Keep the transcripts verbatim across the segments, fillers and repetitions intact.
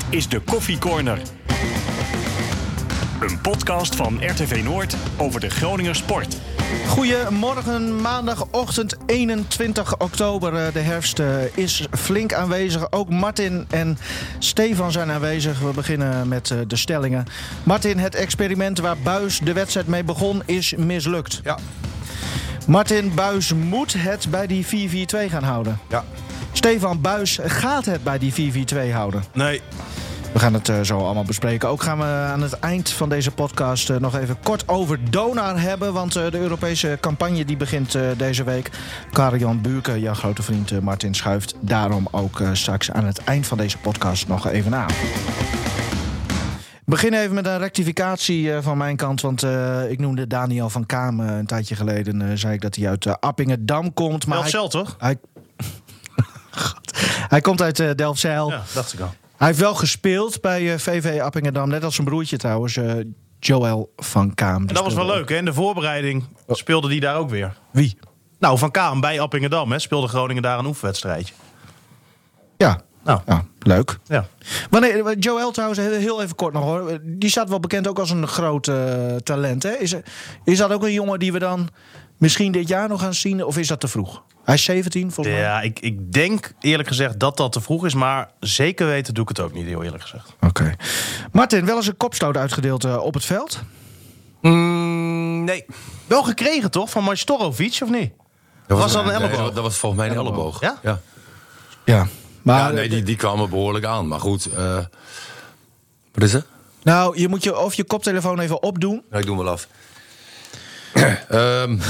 is de Koffie Corner. Een podcast van R T V Noord over de Groninger sport. Goedemorgen, maandagochtend eenentwintig oktober. De herfst is flink aanwezig. Ook Martin en Stefan zijn aanwezig. We beginnen met de stellingen. Martin, het experiment waar Buijs de wedstrijd mee begon is mislukt. Ja. Martin, Buijs moet het bij die vier vier twee gaan houden. Ja. Stefan, Buijs gaat het bij die vier vier twee houden. Nee. We gaan het uh, zo allemaal bespreken. Ook gaan we aan het eind van deze podcast uh, nog even kort over Donar hebben. Want uh, de Europese campagne die begint uh, deze week. Karel-Jan Buurke, jouw grote vriend uh, Martin, schuift daarom ook uh, straks aan het eind van deze podcast nog even aan. Ik begin even met een rectificatie uh, van mijn kant. Want uh, ik noemde Daniel van Kaam uh, een tijdje geleden. Uh, zei ik dat hij uit uh, Appingedam komt. Maar Delfzijl, toch? Hij, hij komt uit uh, Delfzijl. Ja, dacht ik al. Hij heeft wel gespeeld bij uh, V V Appingedam. Net als zijn broertje trouwens, uh, Joël van Kaam. En dat was wel leuk, hè? In de voorbereiding speelde die daar ook weer. Wie? Nou, Van Kaam bij Appingedam, hè? Speelde Groningen daar een oefenwedstrijdje. Ja, nou. ja leuk. Ja. Wanneer, Joël trouwens, heel even kort nog hoor. Die staat wel bekend ook als een groot uh, talent. Hè? Is, is dat ook een jongen die we dan misschien dit jaar nog gaan zien? Of is dat te vroeg? Hij is zeventien volgens mij. Ja, ik, ik denk eerlijk gezegd dat dat te vroeg is. Maar zeker weten doe ik het ook niet, heel eerlijk gezegd. Oké. Okay. Martin, wel eens een kopstoot uitgedeeld uh, op het veld? Mm, nee. Wel gekregen toch? Van Majstorovic, of niet? Dat was, was dat een nee, elleboog? dat, dat was volgens mij een elleboog. Ja? Ja. Ja. Maar, ja, nee, die, die kwamen behoorlijk aan. Maar goed, uh, wat is het? Nou, je moet je, of je koptelefoon even opdoen. Nou, ik doe hem wel af. um,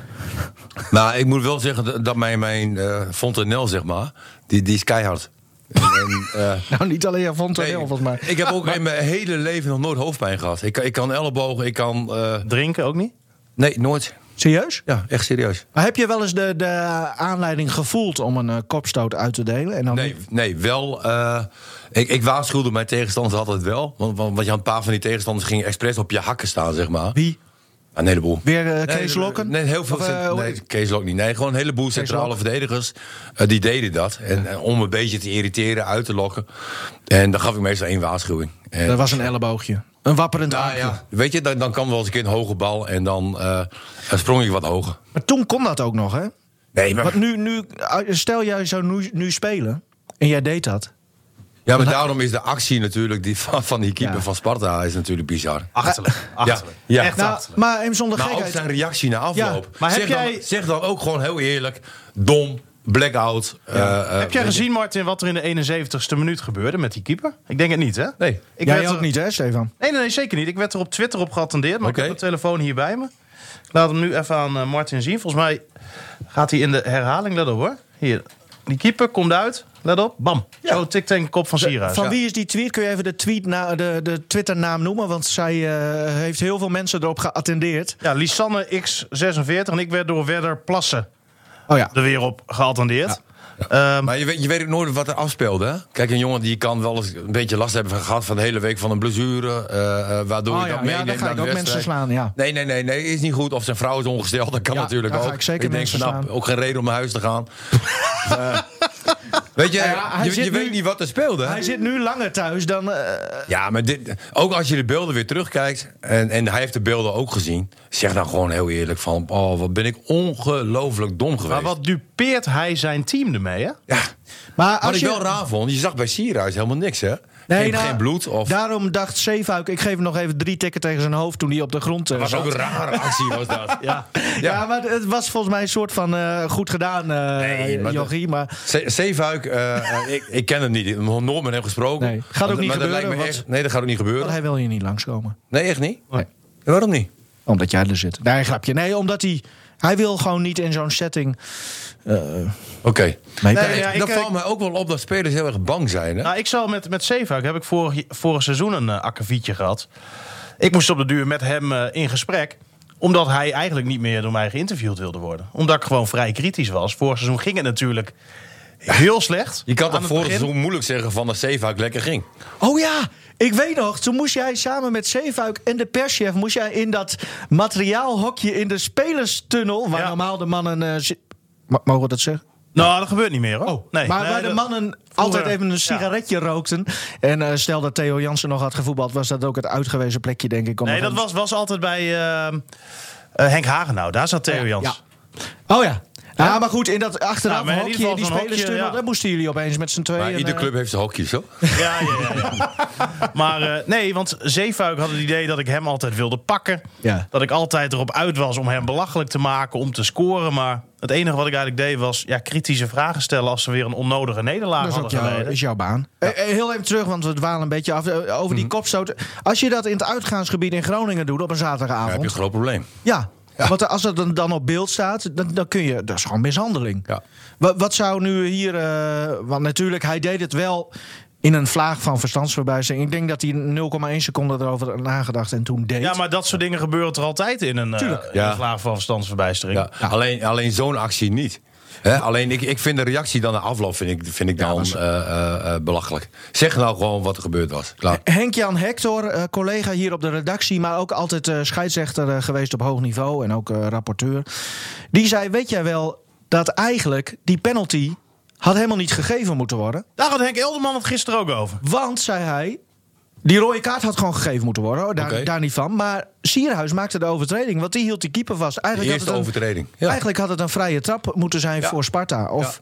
nou, ik moet wel zeggen dat mijn, mijn uh, Fontenelle, zeg maar, die, die is keihard. En, en, uh, nou, niet alleen aan Fontenelle, nee, volgens mij. Ik heb ook in mijn hele leven nog nooit hoofdpijn gehad. Ik, ik kan ellebogen, ik kan... Uh, Drinken ook niet? Nee, nooit. Serieus? Ja, echt serieus. Maar heb je wel eens de, de aanleiding gevoeld om een uh, kopstoot uit te delen? En dan nee, nee, wel. Uh, ik, ik waarschuwde mijn tegenstanders altijd wel. Want, want je had een paar van die tegenstanders gingen expres op je hakken staan, zeg maar. Wie? Een heleboel. Weer uh, Kees nee, Lokken? Nee, heel veel. Of, uh, nee, Kees Lok niet. Nee, gewoon een heleboel centrale verdedigers. Uh, die deden dat. En, en om een beetje te irriteren, uit te lokken. En dan gaf ik meestal één waarschuwing. En, dat was een elleboogje. Een wapperend nou, aapje. Ja. Weet je, dan, dan kan wel eens een keer een hoge bal. En dan uh, sprong ik wat hoger. Maar toen kon dat ook nog, hè? Nee, maar... Want nu, nu, stel jij zou nu, nu spelen. En jij deed dat. Ja, maar daarom is de actie natuurlijk die van, van die keeper ja. van Sparta is natuurlijk bizar. Achterlijk. achterlijk. Ja. Echt nou, achterlijk. maar even zonder Maar gekheid. ook zijn reactie na afloop. Ja, maar heb zeg, jij... dan, zeg dan ook gewoon heel eerlijk, dom, blackout. Ja. Uh, uh, heb jij gezien, Martin, wat er in de eenenzeventigste minuut gebeurde met die keeper? Ik denk het niet, hè? Nee. Ik Jij werd ook er... niet, hè, Stefan? Nee, nee, nee, zeker niet. Ik werd er op Twitter op geattendeerd, maar Okay. ik heb mijn telefoon hier bij me. Ik laat hem nu even aan uh, Martin zien. Volgens mij gaat hij in de herhaling, let op hoor. Hier, die keeper komt uit, let op, bam. Ja. Zo tikt tegen de kop van Sierhuis. Van Ja. wie is die tweet? Kun je even de, tweet na, de, de Twitter-naam noemen? Want zij uh, heeft heel veel mensen erop geattendeerd. Ja, Lisanne X zesenveertig en ik werd door Werder Plassen Oh ja. er weer op geattendeerd. Ja. Um, Maar je weet, je weet ook nooit wat er afspeelde. Hè? Kijk, een jongen die kan wel eens een beetje last hebben gehad van de hele week van een blessure. Uh, uh, waardoor Oh je ja, dat ja, meeneemt dan ga naar ik de ook mensen wedstrijd. slaan, ja. Nee, nee, nee, nee, is niet goed. Of zijn vrouw is ongesteld, dat kan Ja, natuurlijk daar ook. ga ik zeker denk mensen van, nou, slaan. ook geen reden om naar huis te gaan. uh, weet je, Ja, hij je, zit je nu- weet niet wat er speelde. Hij zit nu langer thuis dan... Uh, Ja, maar dit, ook als je de beelden weer terugkijkt... En, en hij heeft de beelden ook gezien... zeg dan gewoon heel eerlijk van... oh, wat ben ik ongelooflijk dom geweest. maar wat dupeert hij zijn team ermee, hè? Ja, maar wat als ik je... wel raar vond... je zag bij Sierhuis helemaal niks, hè? Nee, geen, nou, geen bloed of... Daarom dacht Zeefuik, ik geef hem nog even drie tikken tegen zijn hoofd toen hij op de grond uh, Dat was zat. ook een rare actie, was dat. Ja. Ja. Ja. maar het was volgens mij een soort van uh, goed gedaan, uh, Nee, maar Jochie. Maar Se- Zeefuik, uh, uh, ik, ik ken hem niet. Ik heb nog nooit met hem gesproken. Nee, gaat ook Maar- niet maar dat gebeuren, lijkt me want- echt, nee, dat gaat ook niet gebeuren. hij wil hier niet langskomen. Nee, echt niet? Nee. En waarom niet? Omdat jij er zit. Nee, grapje. Nee, omdat hij... Hij wil gewoon niet in zo'n setting... Uh, Oké. Okay. mee. Nee, ja, ik- Dan ik- valt mij ook wel op dat spelers heel erg bang zijn. Hè? Nou, ik zal met, met Zeefuik heb ik vorig, vorig seizoen een uh, akkefietje gehad. Ik moest op de duur met hem uh, in gesprek. Omdat hij eigenlijk niet meer door mij geïnterviewd wilde worden. Omdat ik gewoon vrij kritisch was. Vorig seizoen ging het natuurlijk heel slecht. Je kan aan toch het vorig begin. seizoen moeilijk zeggen van dat Zeefuik lekker ging. Oh ja, ik weet nog. Toen moest jij samen met Zeefuik en de perschef... moest jij in dat materiaalhokje in de spelerstunnel... waar Ja. normaal de mannen... Uh, zi- Ma- mogen we dat zeggen? Nou, dat gebeurt niet meer, hoor. Oh, nee, maar nee, waar de dat- mannen vroeger- altijd even een sigaretje rookten. En uh, stel dat Theo Jansen nog had gevoetbald, was dat ook het uitgewezen plekje, denk ik. Om Nee, nog dat een- was, was altijd bij uh, uh, Henk Hagenau. Daar zat Theo Ja, Jans. ja. Oh ja. Ja, maar goed, in dat achteraf Nou, maar in hokje, ieder geval die zo'n spelerstunnel, hokje, ja. daar moesten jullie opeens met z'n tweeën. Maar iedere en, club heeft zijn hokjes, hoor. Ja, ja, ja. ja. Maar uh, nee, want Zeefuik had het idee dat ik hem altijd wilde pakken. Ja. Dat ik altijd erop uit was om hem belachelijk te maken, om te scoren. Maar het enige wat ik eigenlijk deed was ja, kritische vragen stellen als ze weer een onnodige nederlaag Dat is ook hadden jouw, geleden. is jouw baan. Eh, eh, heel even terug, want we dwalen een beetje af. eh, over die kopstoot. Als je dat in het uitgaansgebied in Groningen doet op een Dan heb je zaterdagavond. een groot probleem. Ja, want als het dan, dan op beeld staat, dan, dan kun je... Dat is gewoon mishandeling. Ja. Wat, wat zou nu hier... eh, want natuurlijk, hij deed het wel in een vlaag van verstandsverbijstering. Ik denk dat hij nul komma één seconde erover had nagedacht en toen deed. Ja, maar dat soort dingen gebeuren er altijd in een, uh, Tuurlijk. in Ja. een vlaag van verstandsverbijstering. Ja. Alleen, alleen zo'n actie niet. Hè? Alleen ik, ik vind de reactie dan na afloop vind ik, vind ik dan was- eh, eh, eh, belachelijk. Zeg nou gewoon wat er gebeurd was. Klaar. Henk-Jan Hector, eh, collega hier op de redactie, maar ook altijd eh, scheidsrechter eh, geweest op hoog niveau en ook eh, rapporteur. Die zei, weet jij wel dat eigenlijk die penalty had helemaal niet gegeven moeten worden? Daar had Henk Elderman het gisteren ook over. Want, zei hij, die rode kaart had gewoon gegeven moeten worden. Hoor. Daar, Oké. daar niet van. Maar Sierhuis maakte de overtreding, want die hield die keeper vast. De Eigenlijk eerste had het een, overtreding. Ja. Eigenlijk had het een vrije trap moeten zijn Ja. voor Sparta. Of,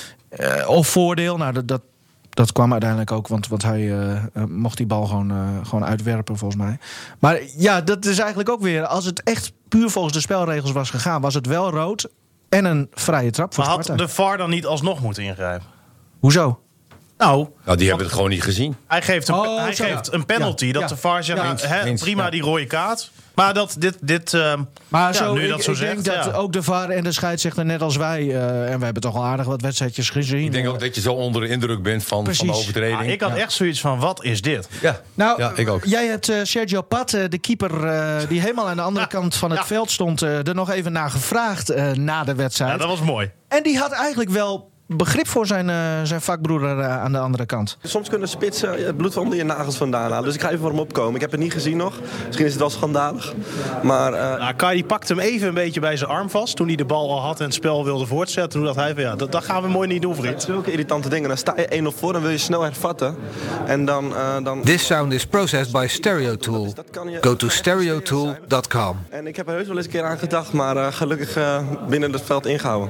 eh, of voordeel. Nou, dat, dat, dat kwam uiteindelijk ook, want, want hij eh, eh, mocht die bal gewoon, eh, gewoon uitwerpen, volgens mij. Maar ja, dat is eigenlijk ook weer... Als het echt puur volgens de spelregels was gegaan, was het wel rood en een vrije trap voor Maar had Sparta. de V A R dan niet alsnog moeten ingrijpen? Hoezo? Nou, Nou, die hebben het gewoon niet gezien. hij geeft een, Oh, hij zo. geeft Ja. een penalty. Ja. Dat Ja. de V A R zegt, Ja. nou, hè, Eens. prima Ja. die rode kaart. Maar dat dit... dit uh, Maar ja, zo, nu je ik, dat zo ik zegt, denk dat ja. ook de V A R en de scheidsrechter, net als wij... eh, en we hebben toch al aardig wat wedstrijdjes gezien. Ik denk ook dat je zo onder de indruk bent van, van Precies. de overtreding. Ah, ik had echt zoiets van, wat is dit? Ja, Nou, ja, ik ook. jij hebt eh, Sergio Pat, eh, de keeper eh, die helemaal aan de andere Ja. kant van het Ja. veld stond, eh, er nog even naar gevraagd eh, na de wedstrijd. Ja, dat was mooi. En die had eigenlijk wel begrip voor zijn, uh, zijn vakbroeder uh, aan de andere kant. Soms kunnen spitsen uh, het bloed onder je nagels vandaan halen. Dus ik ga even voor hem opkomen. Ik heb het niet gezien nog. Misschien is het wel schandalig. Maar uh, Nou, Kai die pakte hem even een beetje bij zijn arm vast. Toen hij de bal al had en het spel wilde voortzetten. Toen dacht hij van ja, dat, dat gaan we mooi niet doen, vriend. zulke irritante dingen. Dan sta je één nul voor, dan wil je snel hervatten. En dan... Uh, dan... This sound is processed by Stereotool. Go to stereotool dot com. En ik heb er heus wel eens een keer aan gedacht. Maar uh, gelukkig uh, binnen het veld ingehouden.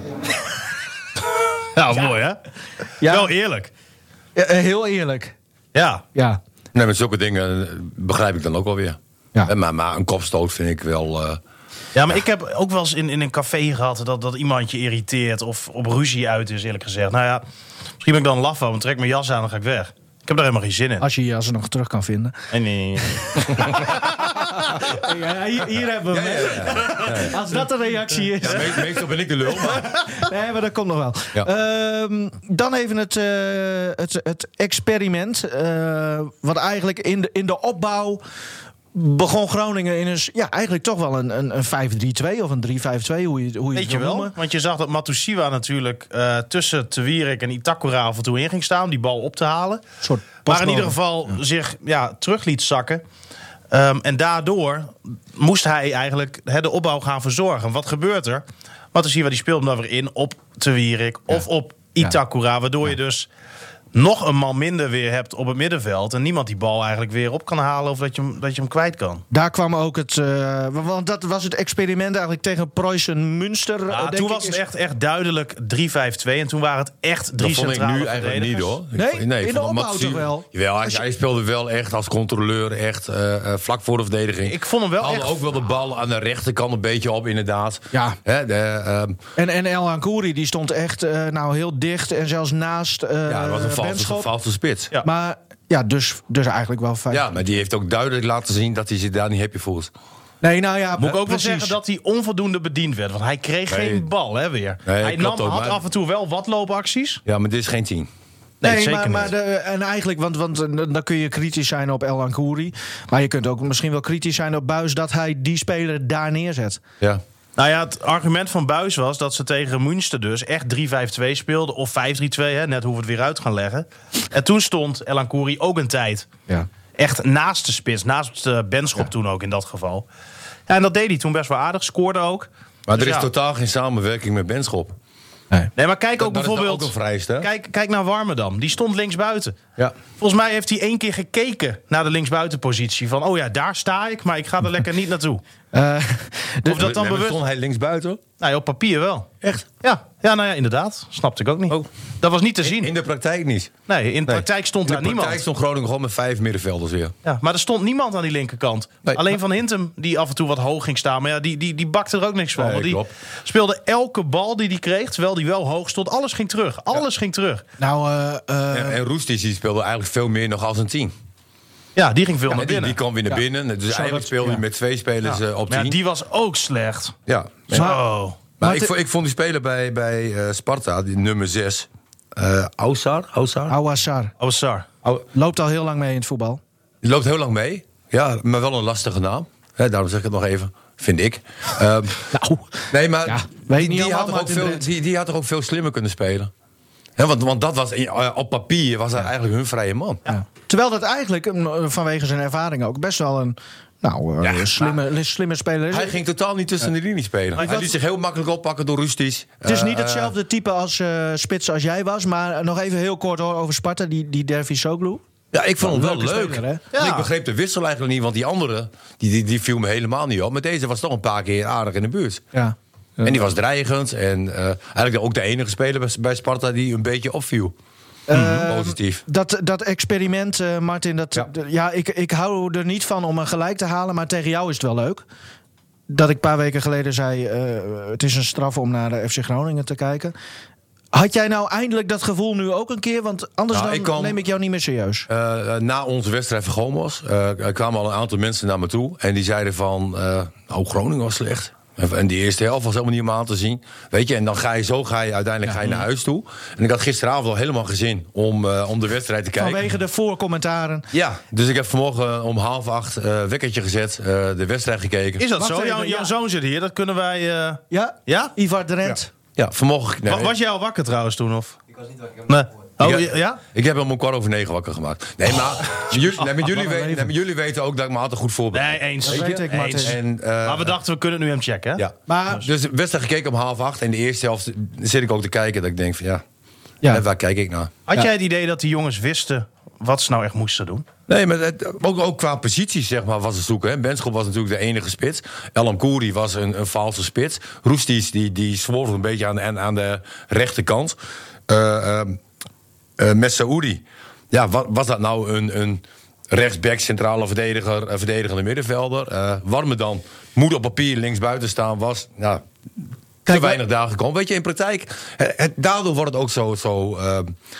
Ja, mooi hè? Ja. Wel eerlijk. Ja, heel eerlijk. Ja. Ja. Nee, met zulke dingen begrijp ik dan ook wel weer. Ja. Eh, Maar, maar een kopstoot vind ik wel... uh, Ja, maar ik heb ook wel eens in, in een café gehad dat, dat iemand je irriteert of op ruzie uit is, eerlijk gezegd. Nou ja, misschien ben ik dan laf van, want trek mijn jas aan en dan ga ik weg. Ik heb daar helemaal geen zin in. Als je je als nog terug kan vinden. Nee, nee, nee. Ja, hier, hier hebben we hem. Als dat de reactie is. Ja, me- meestal ben ik de lul, maar... Nee, maar dat komt nog wel. Ja. Ehm, dan even het, uh, het, het experiment. Uh, wat eigenlijk in de, in de opbouw begon Groningen in een... Ja, eigenlijk toch wel een, een, een vijf drie twee of een drie vijf twee. Hoe je, hoe je Weet het je wil wel? noemen. Want je zag dat Matusiwa natuurlijk uh, tussen Te Wierik en Itakura af en toe in ging staan om die bal op te halen. Een soort Maar in ieder postbode. geval zich ja, terug liet zakken. Um, en daardoor moest hij eigenlijk he, de opbouw gaan verzorgen. Wat gebeurt er? Matusiwa die speelt hem dan weer in op Te Wierik of op Itakura. Waardoor je dus nog een man minder weer hebt op het middenveld. En niemand die bal eigenlijk weer op kan halen of dat je hem, dat je hem kwijt kan. Daar kwam ook het... Uh, want dat was het experiment eigenlijk tegen Preußen Münster. Ja, denk toen ik, was het is- echt, echt duidelijk drie vijf twee. En toen waren het echt drie Dat vond ik centrale nu eigenlijk niet, verdedigers. hoor. Ik Nee? vond- In ik de vond opbouw Mathieu- toch wel? Jawel, hij, Als je- hij speelde wel echt als controleur, echt uh, uh, vlak voor de verdediging. Ik vond hem wel Haalde echt... ook wel de bal aan de rechterkant een beetje op, inderdaad. Ja. Hè, de, ehm, En, en El Ankouri die stond echt uh, nou heel dicht en zelfs naast uh, ja, dat was een valse, Benschop. valse spits. Ja. Maar ja, dus, dus eigenlijk wel fijn. Ja, maar die heeft ook duidelijk laten zien dat hij zich daar niet happy voelt. Nee, nou ja, Moet ik ook precies. wel zeggen dat hij onvoldoende bediend werd. Want hij kreeg Nee. geen bal, hè, weer. Nee, hij klopt nam, ook, had maar- af en toe wel wat loopacties. Ja, maar dit is geen team. Nee, Nee, zeker maar, maar niet. de, en eigenlijk, want, want eh, dan kun je kritisch zijn op El Ankouri. Maar je kunt ook misschien wel kritisch zijn op Buis dat hij die speler daar neerzet. Ja. Nou ja, het argument van Buis was dat ze tegen Münster dus echt drie vijf twee speelden. Of vijf drie twee, hè, net hoe we het weer uit gaan leggen. En toen stond El Ankouri ook een tijd Ja. echt naast de spits. Naast de Benschop toen ook in dat geval. Ja, en dat deed hij toen best wel aardig. Scoorde ook. Maar Dus er is ja. totaal geen samenwerking met Benschop. Nee. Nee, maar kijk Dat- ook dat is dan bijvoorbeeld... ook een vereiste, hè? Kijk, kijk naar Warmerdam. Die stond linksbuiten. Ja. Volgens mij heeft hij één keer gekeken naar de linksbuitenpositie. Van, oh ja, daar sta ik, maar ik ga er lekker niet naartoe. Uh, Of dat dan bewust... Stond hij linksbuiten? Nou, op papier wel. Echt? Ja, ja, nou ja, inderdaad. Snapte ik ook niet. Oh. Dat was niet te zien. In, in de praktijk niet. Nee, in de Nee. praktijk stond In daar de praktijk niemand. stond Groningen gewoon met vijf middenvelders weer. Ja, maar er stond niemand aan die linkerkant. Nee. Alleen Van Hintem, die af en toe wat hoog ging staan. Maar ja, die, die, die bakte er ook niks van. Nee, want die klopt. speelde elke bal die hij kreeg, terwijl die wel hoog stond. Alles ging terug. Alles ging terug. Nou, uh, uh, En, en Roestic die speelde eigenlijk veel meer nog als een tien. Ja, die ging veel Ja, naar die, binnen. die kwam weer naar Ja. binnen. Dus Zo eigenlijk dat- speelde hij ja. met twee spelers Ja. eh, op Maar ja, tien. die was ook slecht. Ja. Zo. Maar Maar ik, het- vo- ik vond die speler bij, bij eh, Sparta, die nummer zes. Uh, Oussar? Oussar? Aouassar Oh, Sar. Ou- loopt al heel lang mee in het voetbal. Die loopt heel lang mee. Ja, maar wel een lastige naam. Hè, daarom zeg ik het nog even. Vind ik. Um, Nou, nee, maar ja, weet die, niet die, allemaal, had toch ook Martin veel, Drent. die, die had toch ook veel slimmer kunnen spelen. Hè, want, want dat was uh, op papier was hij eigenlijk hun vrije man. ja. Terwijl dat eigenlijk um, vanwege zijn ervaring ook best wel een nou, uh, Ja, slimme, slimme speler is. Hij ging totaal niet tussen de linies spelen. Hij wat- liet zich heel makkelijk oppakken door Roestic. Het is Uh, niet hetzelfde type als uh, spits als jij was. Maar nog even heel kort hoor, over Sparta, die, die Dervisoglu. Ja, ik vond hem wel Leuke leuk. speler, hè? En Ja. ik begreep de wissel eigenlijk niet, want die andere die, die, die viel me helemaal niet op. Maar deze was toch een paar keer aardig in de buurt. Ja. En die was dreigend. En uh, eigenlijk ook de enige speler bij- bij Sparta die een beetje opviel. Uh, Positief. Dat, dat experiment, uh, Martin, dat, Ja. ja. ja, ik, ik hou er niet van om een gelijk te halen. Maar tegen jou is het wel leuk. Dat ik een paar weken geleden zei, uh, het is een straf om naar de F C Groningen te kijken. Had jij nou eindelijk dat gevoel nu ook een keer? Want anders Nou, dan ik kwam- neem ik jou niet meer serieus. Uh, na onze wedstrijd van Gomos uh, kwamen al een aantal mensen naar me toe. En die zeiden van, uh, oh, Groningen was slecht. En- En die eerste helft was helemaal niet om aan te zien. Weet je, en dan ga je zo ga je uiteindelijk ga je naar huis toe. En ik had gisteravond al helemaal geen zin om, uh, om de wedstrijd te kijken. Vanwege de voorcommentaren. Ja, dus ik heb vanmorgen om half acht uh, wekkertje gezet, uh, de wedstrijd gekeken. Is dat Wacht zo? even, Jouw, jouw ja. zoon zit hier, dat kunnen wij... uh, Ja? Ja? Ivar Drent. Ja, vanmorgen... nee, Wa- Was jij al wakker trouwens toen? Of? Ik was niet wakker. Ik heb Nee. hem gehoord. Oh, Ik heb- ja? Ik heb hem om kwart over negen wakker gemaakt. Nee, maar, jullie, nee, maar, jullie, weten, nee, maar jullie weten ook dat ik me altijd goed voorbereid. Nee, eens. Dat weet ik, Martin. Eens. En, uh, Maar we dachten, we kunnen het nu hem checken, hè? ja. Maar Dus de wedstrijd gekeken om half acht. En de eerste helft zit ik ook te kijken. Dat ik denk van ja, ja. ja. waar kijk ik naar? Had Ja. jij het idee dat die jongens wisten wat ze nou echt moesten doen? Nee, maar het, ook, ook qua posities zeg maar, was het zoeken. Hè. Benschop was natuurlijk de enige spits. Elam Kouri was een, een valse spits. Roestic die, die zworf een beetje aan, aan, aan de rechterkant. Uh, uh, uh, met Saoudi. Ja, wat, was dat nou een, een rechtsback, centrale verdediger, uh, verdedigende middenvelder? Uh, Warmerdam moet op papier linksbuiten staan. Was nou, te Kijk, weinig daar gekomen. Weet je, in praktijk, het, het, daardoor wordt het ook zo... zo uh,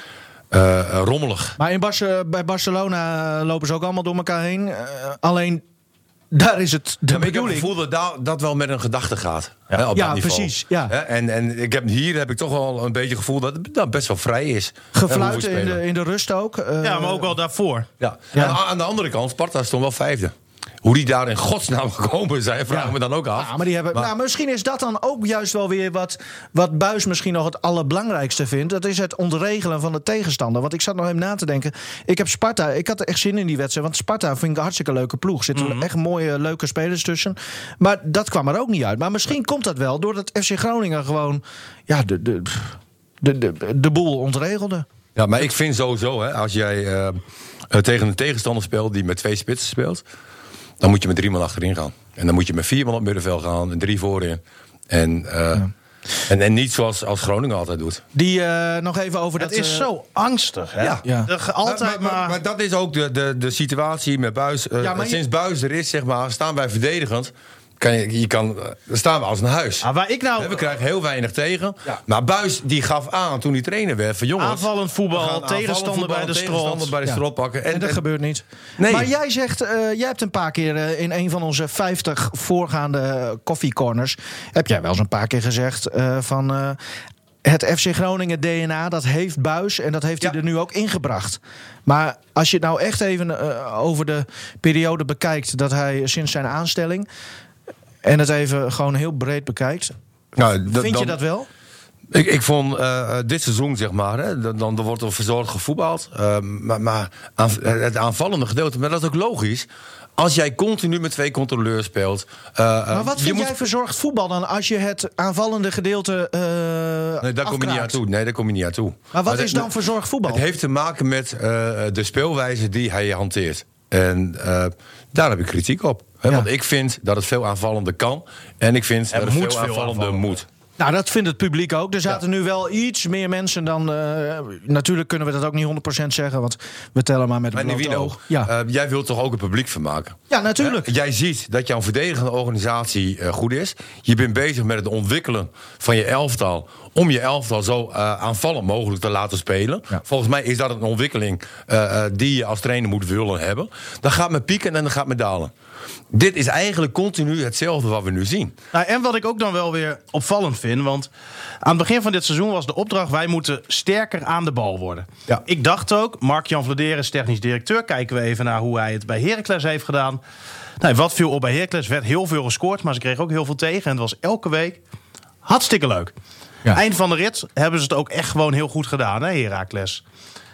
Uh, uh, rommelig. Maar in Barce- bij Barcelona lopen ze ook allemaal door elkaar heen. Uh, alleen, daar is het de Ja, maar ik heb het bedoeling. gevoel dat da- dat wel met een gedachte gaat. Ja. Hè, op Ja, dat niveau. precies, ja. Hè, en en ik heb, hier heb ik toch wel een beetje het gevoel dat het nou, best wel vrij is. hè, hoe we Gefluit in spelen. de, in de rust ook. Uh, Ja, maar ook wel daarvoor. Ja. Ja. En a- aan de andere kant, Sparta stond wel vijfde. Hoe die daar in godsnaam gekomen zijn, vraag Ja. me dan ook af. Ja, maar die hebben, Maar- nou, misschien is dat dan ook juist wel weer wat, wat Buis misschien nog het allerbelangrijkste vindt. Dat is het ontregelen van de tegenstander. Want ik zat nog even na te denken. Ik heb Sparta, ik had er echt zin in die wedstrijd. Want Sparta vind ik een hartstikke leuke ploeg. Er zitten echt mooie, leuke spelers tussen. Maar dat kwam er ook niet uit. Maar misschien komt dat wel doordat F C Groningen gewoon ja, de, de, de, de, de boel ontregelde. Ja, maar ik vind sowieso, hè, als jij uh, uh, tegen een tegenstander speelt die met twee spitsen speelt, dan moet je met drie man achterin gaan. En dan moet je met vier man op middenveld gaan en drie voorin. En, uh, ja. en, en niet zoals als Groningen altijd doet. Die uh, nog even over Het dat... is uh, zo angstig, hè? Ja. Ja. Er, altijd maar, maar, maar... maar dat is ook de, de, de situatie met Buis. Uh, Ja, maar je- sinds Buis er is, zeg maar, staan wij verdedigend. Kan je, je kan, uh, dan staan we als een huis. Ah, waar ik nou... Hè, we krijgen heel weinig tegen. Ja. Maar Buis die gaf aan toen hij trainer werd van jongens, Aanvallend voetbal, we gaan aanvallend tegenstander voetballen, bij de tegenstander strot. bij de Ja. strot pakken. En, dat en- gebeurt niet. Nee. Maar jij zegt, uh, jij hebt een paar keer uh, in een van onze vijftig voorgaande koffiecorners, heb jij wel eens een paar keer gezegd uh, van uh, het F C Groningen D N A, dat heeft Buis en dat heeft Ja. hij er nu ook ingebracht. Maar als je het nou echt even uh, over de periode bekijkt dat hij sinds zijn aanstelling en het even gewoon heel breed bekijkt, Nou, d- vind dan- je dat wel? Ik, ik vond uh, dit seizoen, zeg maar, hè, dan, dan wordt er verzorgd gevoetbald. Uh, maar maar aan, het aanvallende gedeelte, maar dat is ook logisch. Als jij continu met twee controleurs speelt... Uh, maar wat vind moet... jij verzorgd voetbal dan als je het aanvallende gedeelte uh, Nee, daar kom je niet aan toe. Nee, daar kom je niet aan toe. Maar wat maar is de, dan verzorgd voetbal? Het heeft te maken met uh, de speelwijze die hij hanteert. En uh, daar heb ik kritiek op. Hè, Ja. Want ik vind dat het veel aanvallender kan. En ik vind Er dat het moet veel veel aanvallender aanvallen. moet. Nou, dat vindt het publiek ook. Er zaten nu wel iets meer mensen dan... Uh, natuurlijk kunnen we dat ook niet honderd procent zeggen, want we tellen maar met een Maar blote Nivino, oog. Ja. uh, jij wilt toch ook het publiek vermaken? ja, natuurlijk. Hè? Jij ziet dat jouw verdedigende organisatie uh, goed is. Je bent bezig met het ontwikkelen van je elftal... om je elftal zo uh, aanvallend mogelijk te laten spelen. Ja. Volgens mij is dat een ontwikkeling uh, uh, die je als trainer moet willen hebben. Dat gaat met pieken en dat gaat met dalen. Dit is eigenlijk continu hetzelfde wat we nu zien. Nou, en wat ik ook dan wel weer opvallend vind... want aan het begin van dit seizoen was de opdracht... wij moeten sterker aan de bal worden. Ja. Ik dacht ook, Mark-Jan Vladeren is technisch directeur... kijken we even naar hoe hij het bij Heracles heeft gedaan. Nou, wat viel op bij Heracles? Werd heel veel gescoord, maar ze kregen ook heel veel tegen. En het was elke week hartstikke leuk. Ja. Eind van de rit hebben ze het ook echt gewoon heel goed gedaan, hè, Heracles.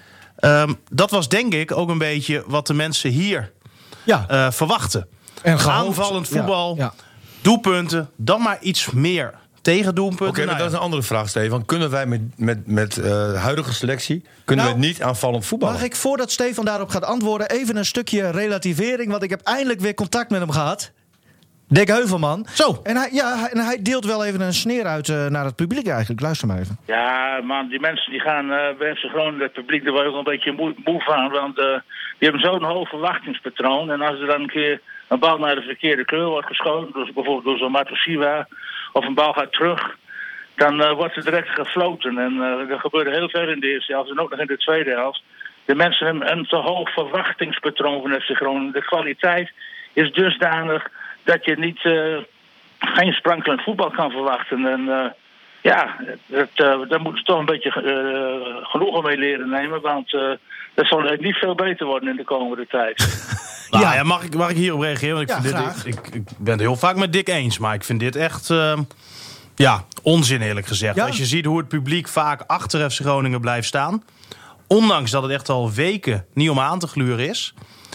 Um, dat was denk ik ook een beetje wat de mensen hier Ja. uh, verwachten. En gehoopt. Aanvallend voetbal, Ja, ja. doelpunten, dan maar iets meer tegendoelpunten. Oké, okay, Nou dat is ja. een andere vraag, Stefan. Kunnen wij met, met, met uh, de huidige selectie... kunnen Nou, we niet aanvallend voetballen? Mag ik, voordat Stefan daarop gaat antwoorden... even een stukje relativering, want ik heb eindelijk weer contact met hem gehad. Dick Heuvelman. Zo. En hij, ja, hij- en hij deelt wel even een sneer uit uh, naar het publiek eigenlijk. Luister maar even. Ja, man, die mensen die gaan uh, bij F C Groningen, het publiek, daar word je ook een beetje moe, moe van. Want uh, die hebben zo'n hoog verwachtingspatroon. En als er dan een keer een bal naar de verkeerde kleur wordt geschoten, dus bijvoorbeeld door zo'n Matosiwa, of een bal gaat terug, dan uh, wordt er direct gefloten. En uh, dat gebeurde heel veel in de eerste helft en ook nog in de tweede helft. De mensen hebben een te hoog verwachtingspatroon van F C Groningen. De kwaliteit is dusdanig dat je niet, uh, geen sprankelend voetbal kan verwachten. En uh, ja, dat, uh, daar moeten ze toch een beetje uh, genoegen mee leren nemen. Want uh, dat zal niet veel beter worden in de komende tijd. Nou, Ja. ja, mag, ik, mag ik hierop reageren? Want ik, Ja, vind dit, graag. ik, ik, ik ben het heel vaak met Dick eens. Maar ik vind dit echt uh, ja, onzin eerlijk gezegd. Ja? Als je ziet hoe het publiek vaak achter F C Groningen blijft staan. Ondanks dat het echt al weken niet om aan te gluren is.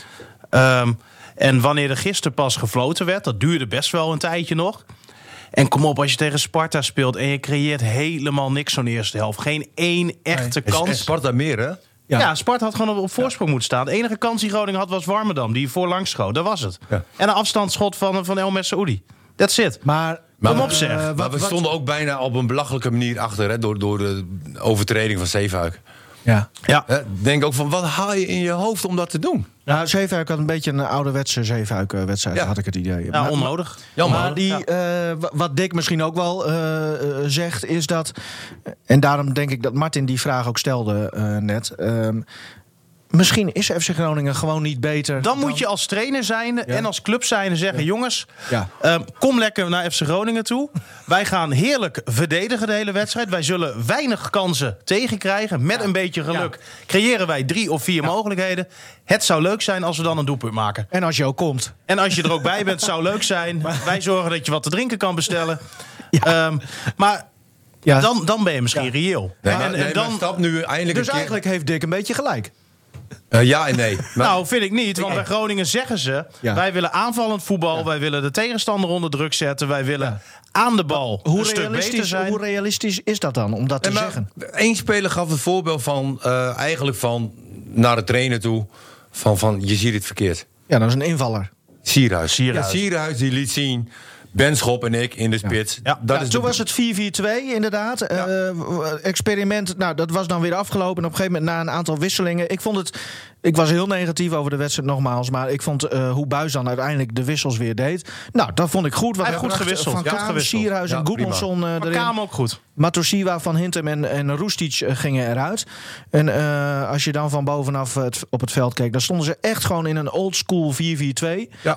Um, en wanneer er gisteren pas gefloten werd, dat duurde best wel een tijdje nog. En kom op, als je tegen Sparta speelt en je creëert helemaal niks zo'n eerste helft. Geen één echte En- kans. En Sparta meer, hè? Ja. Ja, Sparta had gewoon op, op voorsprong moeten staan. De enige kans die Groningen had was Warmerdam, die voorlangs schoot. Dat was het. Ja. En een afstandsschot van, van El Messaoudi. That's it. Maar, Kom uh, op, zeg. uh, Maar wat- we wat- stonden ook bijna op een belachelijke manier achter... Hè, door, door de overtreding van Zeefuik. Ja. Ja. Hè, denk ook van, wat haal je in je hoofd om dat te doen? Nou, Zeefuik had een beetje een ouderwetse Zeefuik-wedstrijd, Ja. had ik het idee. Ja, Maar- onnodig. Jammer. Maar die, eh, wa- wat Dick misschien ook wel eh, eh, zegt, is dat... En daarom denk ik dat Martin die vraag ook stelde eh, net... ehm, misschien is F C Groningen gewoon niet beter. Dan moet je als trainer zijn en als club zijn zeggen... jongens, Ja. ehm, kom lekker naar F C Groningen toe. Wij gaan heerlijk verdedigen de hele wedstrijd. Wij zullen weinig kansen tegenkrijgen. Met een beetje geluk creëren wij drie of vier mogelijkheden. Het zou leuk zijn als we dan een doelpunt maken. En als je ook komt. En als je er ook bij bent, zou leuk zijn. Wij zorgen dat je wat te drinken kan bestellen. Ehm, maar Ja. dan, dan ben je misschien reëel. Nee, En- maar, en, nee, dan, maar stap nu eindelijk Dus een keer... eigenlijk heeft Dick een beetje gelijk. Uh, ja en nee. Maar, nou, vind ik niet. Want bij Groningen zeggen ze... Ja. wij willen aanvallend voetbal. Wij willen de tegenstander onder druk zetten. Wij willen aan de bal Hoe een stuk beter realistisch, zijn. hoe realistisch is dat dan, om dat te Nee, maar zeggen? één speler gaf het voorbeeld van... Uh, eigenlijk van naar de trainer toe... van, van je ziet het verkeerd. Ja, dat is een invaller. Sierhuis. Sierhuis. Ja, Sierhuis die liet zien... Benschop en ik in de spits. Ja. Dat Ja, is toen de- was het vier vier twee inderdaad. Eh, experiment, nou, dat was dan weer afgelopen. En op een gegeven moment na een aantal wisselingen. Ik vond het, ik was heel negatief over de wedstrijd nogmaals. Maar ik vond uh, hoe Buijs dan uiteindelijk de wissels weer deed. Nou, dat vond ik goed. Hij heeft We goed brachten gewisseld. Van Ja, Kaam, gewisseld. Sierhuis Ja, en prima. Goedmanson uh, Maar erin. Kaam ook goed. Matosiwa, Van Hintem en, en Roestic uh, gingen eruit. En uh, als je dan van bovenaf het, op het veld keek... dan stonden ze echt gewoon in een oldschool vier vier twee. Ja.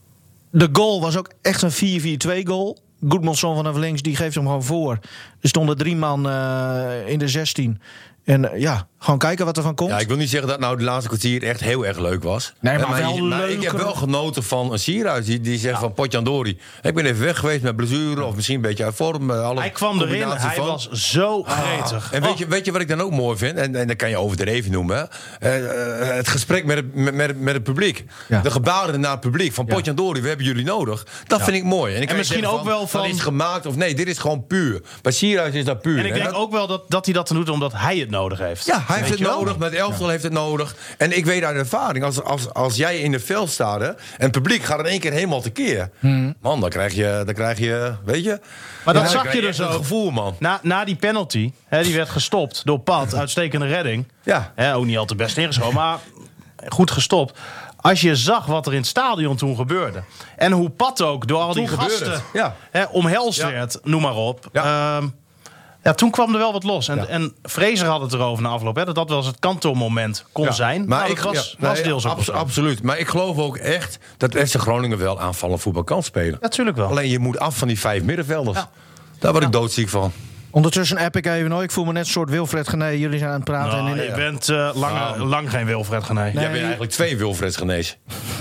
De goal was ook echt een vier vier twee goal. Goedmanson vanaf links, die geeft hem gewoon voor. Er stonden drie man uh, in de zestien. En uh, ja, gewoon kijken wat er van komt. Ja, ik wil niet zeggen dat nou de laatste kwartier echt heel erg leuk was. Nee, maar, maar, wel je, maar ik heb leuker. wel genoten van een Sierhuis die, die zegt ja. van Potjandori. Ik ben even weg geweest met blessure of misschien een beetje uit vorm. Alle hij kwam erin, hij van. was zo gretig. Ah. En weet je, weet je wat ik dan ook mooi vind? En, en dat kan je overdreven noemen. Hè? Uh, uh, het gesprek met het, met, met, met het publiek. Ja. De gebaren naar het publiek. Van ja. Potjandori, we hebben jullie nodig. Dat ja. vind ik mooi. En, ik en misschien ook van, wel van... Dat is gemaakt of nee, dit is gewoon puur. Bij Sierhuis is dat puur. En ik denk dat... ook wel dat, dat hij dat doet omdat hij het nodig heeft. Ja, hij heeft het wel? nodig. Met de elftal ja. heeft het nodig. En ik weet uit ervaring, als, als, als jij in de veld staat hè, en het publiek gaat in één keer helemaal tekeer. Hmm. Man, dan krijg je, dan krijg je, weet je... Maar dat ja, zag je dus ook. ook. Gevoel, man. Na, na die penalty, hè, die werd gestopt door Pat, uitstekende redding. Ja. Hè, ook niet al te best ingeschoten, maar goed gestopt. Als je zag wat er in het stadion toen gebeurde. En hoe Pat ook door al toen die gasten ja. hè, omhelst ja. werd, noem maar op. Ja. Um, Ja, toen kwam er wel wat los. En, ja. en Fraser had het erover na afloop. Hè, dat dat wel eens het kantelmoment kon ja. zijn. Maar nou, ik was, ja, was nee, deels ook abs- Absoluut. Maar ik geloof ook echt dat F C Groningen wel aanvallend voetbal kan spelen. Ja, natuurlijk wel. Alleen je moet af van die vijf middenvelders. Ja. Daar word ik ja. doodziek van. Ondertussen app ik even. Ik voel me net een soort Wilfred Genee. Jullie zijn aan het praten. Nou, en in je bent uh, lang, ah. lang geen Wilfred Genee. Nee. Jij bent eigenlijk twee Wilfred Genees.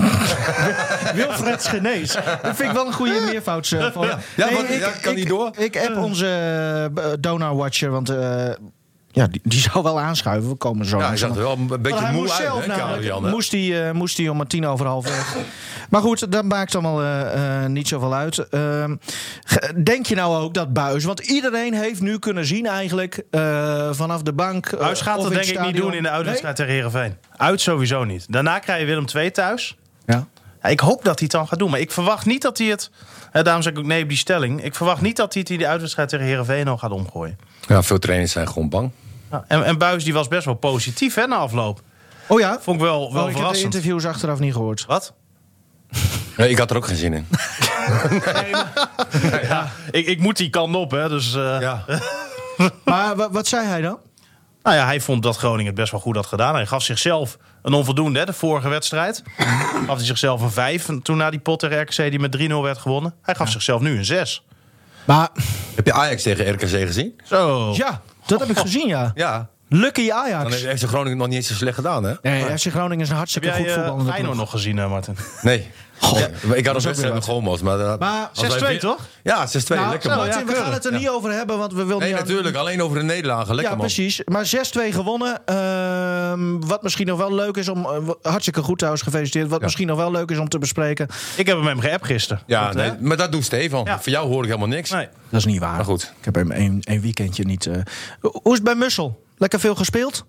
Wilfred Genees. Dat vind ik wel een goede meervoud. Uh, van. Ja, ja, nee, maar, ik, ja kan ik, niet door. Ik app onze uh, Donar-watcher, want... Uh, Ja, die, die zou wel aanschuiven. We komen zo. Ja, hij zag er wel een beetje moe uit, zelf, hè, Karian, hè? Moest hij uh, moest hij om een tien over half weg. Maar goed, dat maakt allemaal uh, uh, niet zoveel uit. Uh, denk je nou ook dat Buijs... Want iedereen heeft nu kunnen zien eigenlijk uh, vanaf de bank... Uh, Buijs gaat dat denk ik niet doen in de uitwedstrijd nee? tegen Heerenveen. Uit sowieso niet. Daarna krijg je Willem twee thuis. Ja. Ja, ik hoop dat hij het dan gaat doen. Maar ik verwacht niet dat hij het... Hè, daarom zeg ik ook nee op die stelling. Ik verwacht niet dat hij het in de uitwedstrijd tegen Heerenveen al gaat omgooien. Ja, veel trainers zijn gewoon bang. Ja, en, en Buijs die was best wel positief hè, na afloop. Oh ja? Vond ik wel, wel oh, ik verrassend. heb de interviews achteraf niet gehoord. Wat? Nee, ik had er ook geen zin in. nee, maar, ja, ik, ik moet die kant op, hè. Dus, uh... ja. Maar wat, wat zei hij dan? Nou ja, hij vond dat Groningen het best wel goed had gedaan. Hij gaf zichzelf een onvoldoende, hè, de vorige wedstrijd. Gaf hij zichzelf een vijf. En toen na die pot tegen R K C die met drie nul werd gewonnen. Hij gaf ja. zichzelf nu een zes. Maar... Heb je Ajax tegen R K C gezien? Zo. Ja, dat heb ik gezien, ja. Ja. Lucky Ajax. Dan heeft F C Groningen nog niet eens zo slecht gedaan, hè? Nee, F C Groningen is een hartstikke heb jij, goed voetbal. Heb jij Feyenoord nog gezien, uh, Martin? Nee. Goh, ja, ik had een wedstrijd met Gomos. Maar, maar zes twee, toch? Ja, zes twee. Nou, lekker zo, man. Martin, we gaan het er niet ja. over hebben, want we willen nee, niet... natuurlijk. Aan... Alleen over de nederlagen. Lekker ja, man. precies. Maar zes twee gewonnen. Uh, wat misschien nog wel leuk is om... Uh, hartstikke goed trouwens, gefeliciteerd. Wat ja. misschien nog wel leuk is om te bespreken. Ik heb hem hem geappt gisteren. Ja, dat, nee, maar dat doet Stefan. Ja. Voor jou hoor ik helemaal niks. Nee. Dat is niet waar. Maar goed. Ik heb hem een, een weekendje niet... Uh... Hoe is het bij Mussel? Lekker veel gespeeld?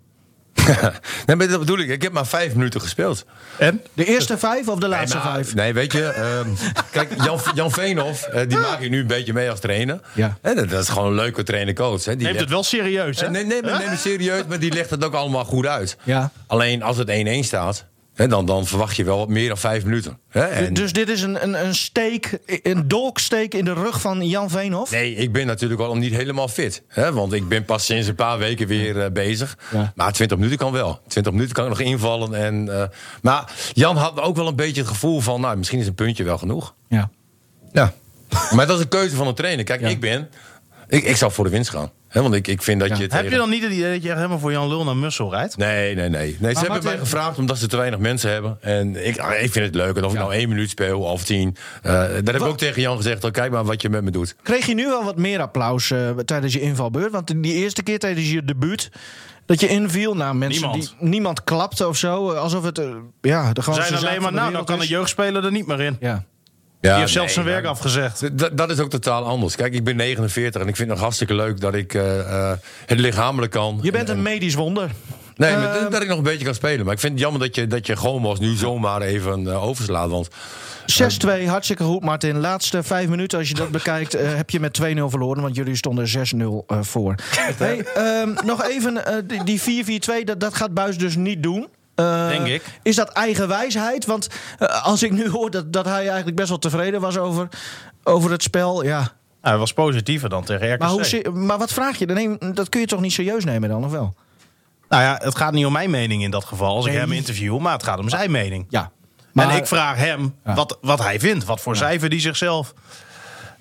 nee, maar dat bedoel ik. Ik heb maar vijf minuten gespeeld. En? De eerste vijf of de laatste nee, maar, vijf? Nee, weet je... Um, kijk, Jan, Jan Veenhoff, uh, die maak ik nu een beetje mee als trainer. Ja. En dat, dat is gewoon een leuke trainer-coach. Hè. Die neemt legt... het wel serieus, hè? Nee, nee, nee, neem het serieus, maar die legt het ook allemaal goed uit. Ja. Alleen als het één één staat... He, dan, dan verwacht je wel wat meer dan vijf minuten. He, en... Dus dit is een, een, een steek, een dolksteek in de rug van Jan Veenhoff? Nee, ik ben natuurlijk wel niet helemaal fit. He, want ik ben pas sinds een paar weken weer uh, bezig. Ja. Maar twintig minuten kan wel. twintig minuten kan ik nog invallen. En, uh, maar Jan had ook wel een beetje het gevoel van... nou, misschien is een puntje wel genoeg. Ja. Ja. Maar dat is een keuze van een trainer. Kijk, ja. ik ben... Ik, ik zou voor de winst gaan. He, want ik, ik vind dat ja. je... Heb je dan niet het idee dat je echt helemaal voor Jan Lul naar Mussel rijdt? Nee, nee, nee. nee ze hebben mij gevraagd omdat ze te weinig mensen hebben. En ik, ik vind het leuk. En of ik ja. nou één minuut speel of tien. Uh, daar heb ik ook tegen Jan gezegd. Oh, kijk maar wat je met me doet. Kreeg je nu wel wat meer applaus uh, tijdens je invalbeurt? Want die eerste keer tijdens je debuut... dat je inviel naar mensen niemand. die... Niemand klapte of zo. Alsof het... Uh, ja, de grootste zijn alleen maar... Nou, dan kan de jeugdspeler er niet meer in. Ja. Ja, die heeft nee, zelfs zijn werk ja, afgezegd. D- dat is ook totaal anders. Kijk, ik ben negenenveertig en ik vind het nog hartstikke leuk dat ik uh, uh, het lichamelijk kan. Je bent en, een medisch wonder. Nee, uh, maar dat ik nog een beetje kan spelen. Maar ik vind het jammer dat je, dat je Gomos nu zomaar even uh, overslaat. Want zes twee, hartstikke goed, Martin. Laatste vijf minuten, als je dat bekijkt, uh, heb je met twee nul verloren. Want jullie stonden zes nul uh, voor. Hey, um, nog even, uh, die, die vier vier twee, dat, dat gaat Buijs dus niet doen. Uh, Denk ik. Is dat eigen wijsheid? Want uh, als ik nu hoor dat, dat hij eigenlijk best wel tevreden was over, over het spel, ja. Nou, hij was positiever dan tegen R K C. Maar, hoe, maar wat vraag je? Dan neem, dat kun je toch niet serieus nemen dan, of wel? Nou ja, het gaat niet om mijn mening in dat geval, als nee. ik hem interview, maar het gaat om zijn mening. Ja. Maar, en ik vraag hem ja. wat, wat hij vindt, wat voor ja. cijfer die zichzelf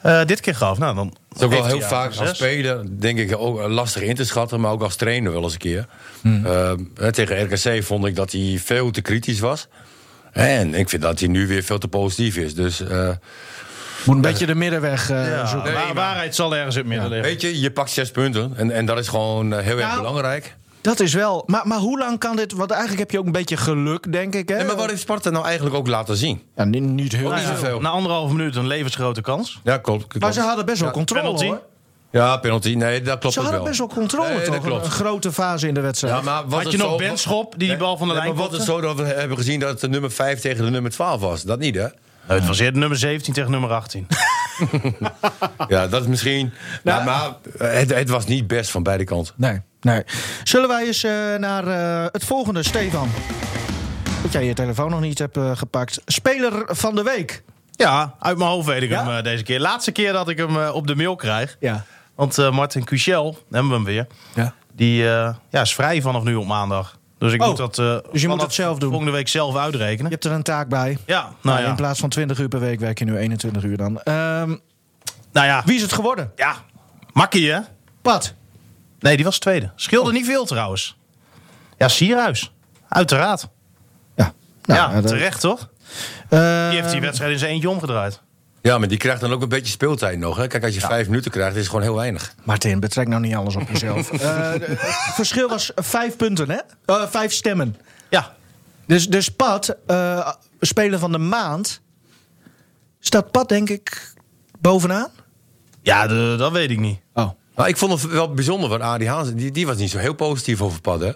Uh, dit keer gaf. Nou, dan het is ook wel heeft heel hij vaak ja, als zes. speler, denk ik, ook lastig in te schatten. Maar ook als trainer wel eens een keer. Hmm. Uh, tegen R K C vond ik dat hij veel te kritisch was. En ik vind dat hij nu weer veel te positief is. Dus... Uh, Moet een beetje de middenweg uh, ja, zoeken. Nee, maar waarheid zal ergens in het midden ja. liggen. Weet je, je pakt zes punten. En, en dat is gewoon uh, heel nou, erg belangrijk. Dat is wel. Maar, maar hoe lang kan dit... Want eigenlijk heb je ook een beetje geluk, denk ik. Hè? Nee, maar wat heeft Sparta nou eigenlijk ook laten zien? Ja, niet, niet heel nou, ja, veel. Na anderhalve minuut een levensgrote kans. Ja, klopt. klopt. Maar ze hadden best wel ja, controle, penalty. hoor. Ja, penalty. Nee, dat klopt ze ook wel. Ze hadden best wel controle, nee, toch? Een, een grote fase in de wedstrijd. Ja, maar had je nog zo, Benschop die die nee, bal van de nee, lijn maar wat is zo dat we hebben gezien dat het de nummer vijf tegen de nummer twaalf was? Dat niet, hè? Nee, het was eerder nummer zeventien tegen nummer achttien. Ja, dat is misschien... Nou, maar het, het was niet best van beide kanten. Nee, nee. Zullen wij eens uh, naar uh, het volgende, Stefan? Dat jij je telefoon nog niet hebt uh, gepakt. Speler van de week. Ja, uit mijn hoofd weet ik ja? hem uh, deze keer. Laatste keer dat ik hem uh, op de mail krijg. Ja. Want uh, Martin Kuchel, hebben we hem weer. Ja. Die uh, ja, is vrij vanaf nu op maandag. Dus ik oh, moet dat, uh, dus je moet dat zelf doen. Volgende week zelf uitrekenen. Je hebt er een taak bij. Ja, nou, nou ja. In plaats van twintig uur per week werk je nu eenentwintig uur dan. Um, nou ja. Wie is het geworden? Ja, Makkie, hè? Pat. Nee, die was tweede. Scheelde oh. niet veel trouwens. Ja, Sierhuis. Uiteraard. Ja, nou, ja uh, terecht toch? Uh, die heeft die wedstrijd in zijn eentje omgedraaid. Ja, maar die krijgt dan ook een beetje speeltijd nog. Hè? Kijk, als je ja. vijf minuten krijgt, is het gewoon heel weinig. Martin, betrek nou niet alles op jezelf. uh, Het verschil was vijf punten, hè? Uh, vijf stemmen. Ja. Dus, dus Pat, uh, speler van de maand... Staat Pat, denk ik, bovenaan? Ja, de, dat weet ik niet. Oh. Maar ik vond het wel bijzonder, want Adi Haans, die, die was niet zo heel positief over Pat, hè?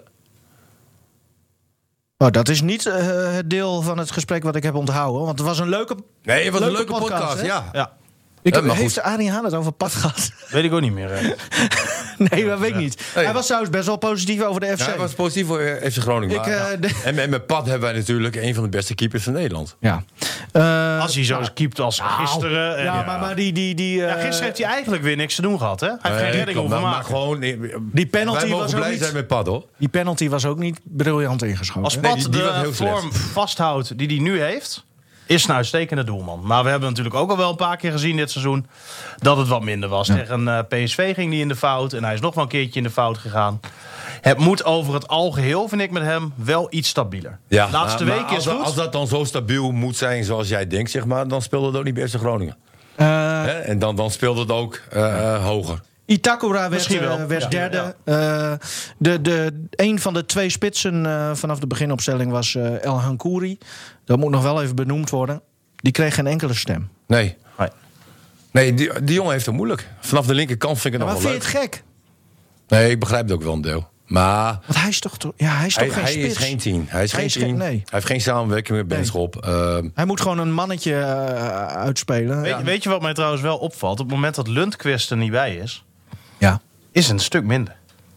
Oh, dat is niet uh, het deel van het gesprek wat ik heb onthouden. Want het was een leuke podcast. Nee, het was leuke een leuke podcast, podcast ja. ja. Ik heb, heeft Adi Haan het over Pat gehad? Weet ik ook niet meer. Hè. Nee, dat weet ik niet. Nee. Hij was trouwens best wel positief over de F C. Ja, hij was positief voor F C Groningen. Ik, uh, ja. de... en, en met Pat hebben wij natuurlijk een van de beste keepers van Nederland. Ja. Uh, als hij zo nou, keept als gisteren. En ja, ja, maar, maar die... die, die uh, ja, gisteren heeft hij eigenlijk weer niks te doen gehad, hè? Hij heeft nee, geen redding hoeven maken. Maar gewoon, die penalty wij mogen was blij ook zijn niet, met Pat, hoor. Die penalty was ook niet briljant ingeschoten. Als Pat nee, die, die de heel vorm vasthoudt die hij nu heeft... is een uitstekende doelman. Maar we hebben natuurlijk ook al wel een paar keer gezien dit seizoen... dat het wat minder was. Ja. Tegen uh, P S V ging hij in de fout. En hij is nog wel een keertje in de fout gegaan. Het moet over het algeheel, vind ik met hem, wel iets stabieler. Ja, laatste maar, week maar is als, goed. Als dat dan zo stabiel moet zijn zoals jij denkt, zeg maar... dan speelde het ook niet bij F C Groningen. Uh, Hè? En dan, dan speelde het ook uh, uh, hoger. Itakura werd, uh, werd ja, derde. Ja. Uh, de, de, een van de twee spitsen uh, vanaf de beginopstelling was uh, El Hankouri. Dat moet nog wel even benoemd worden. Die kreeg geen enkele stem. Nee. Nee, nee die, die jongen heeft het moeilijk. Vanaf de linkerkant vind ik het ja, nog wel leuk. Maar vind je het gek? Nee, ik begrijp het ook wel een deel. Maar want hij is toch, to- ja, hij is toch hij, geen hij spits? Is geen team. Hij is hij geen is team. Geen, nee. Hij heeft geen samenwerking met Benschop. Nee. Uh, hij moet gewoon een mannetje uh, uitspelen. Weet, ja. weet je wat mij trouwens wel opvalt? Op het moment dat Lundqvist er niet bij is... Ja. is het een stuk minder.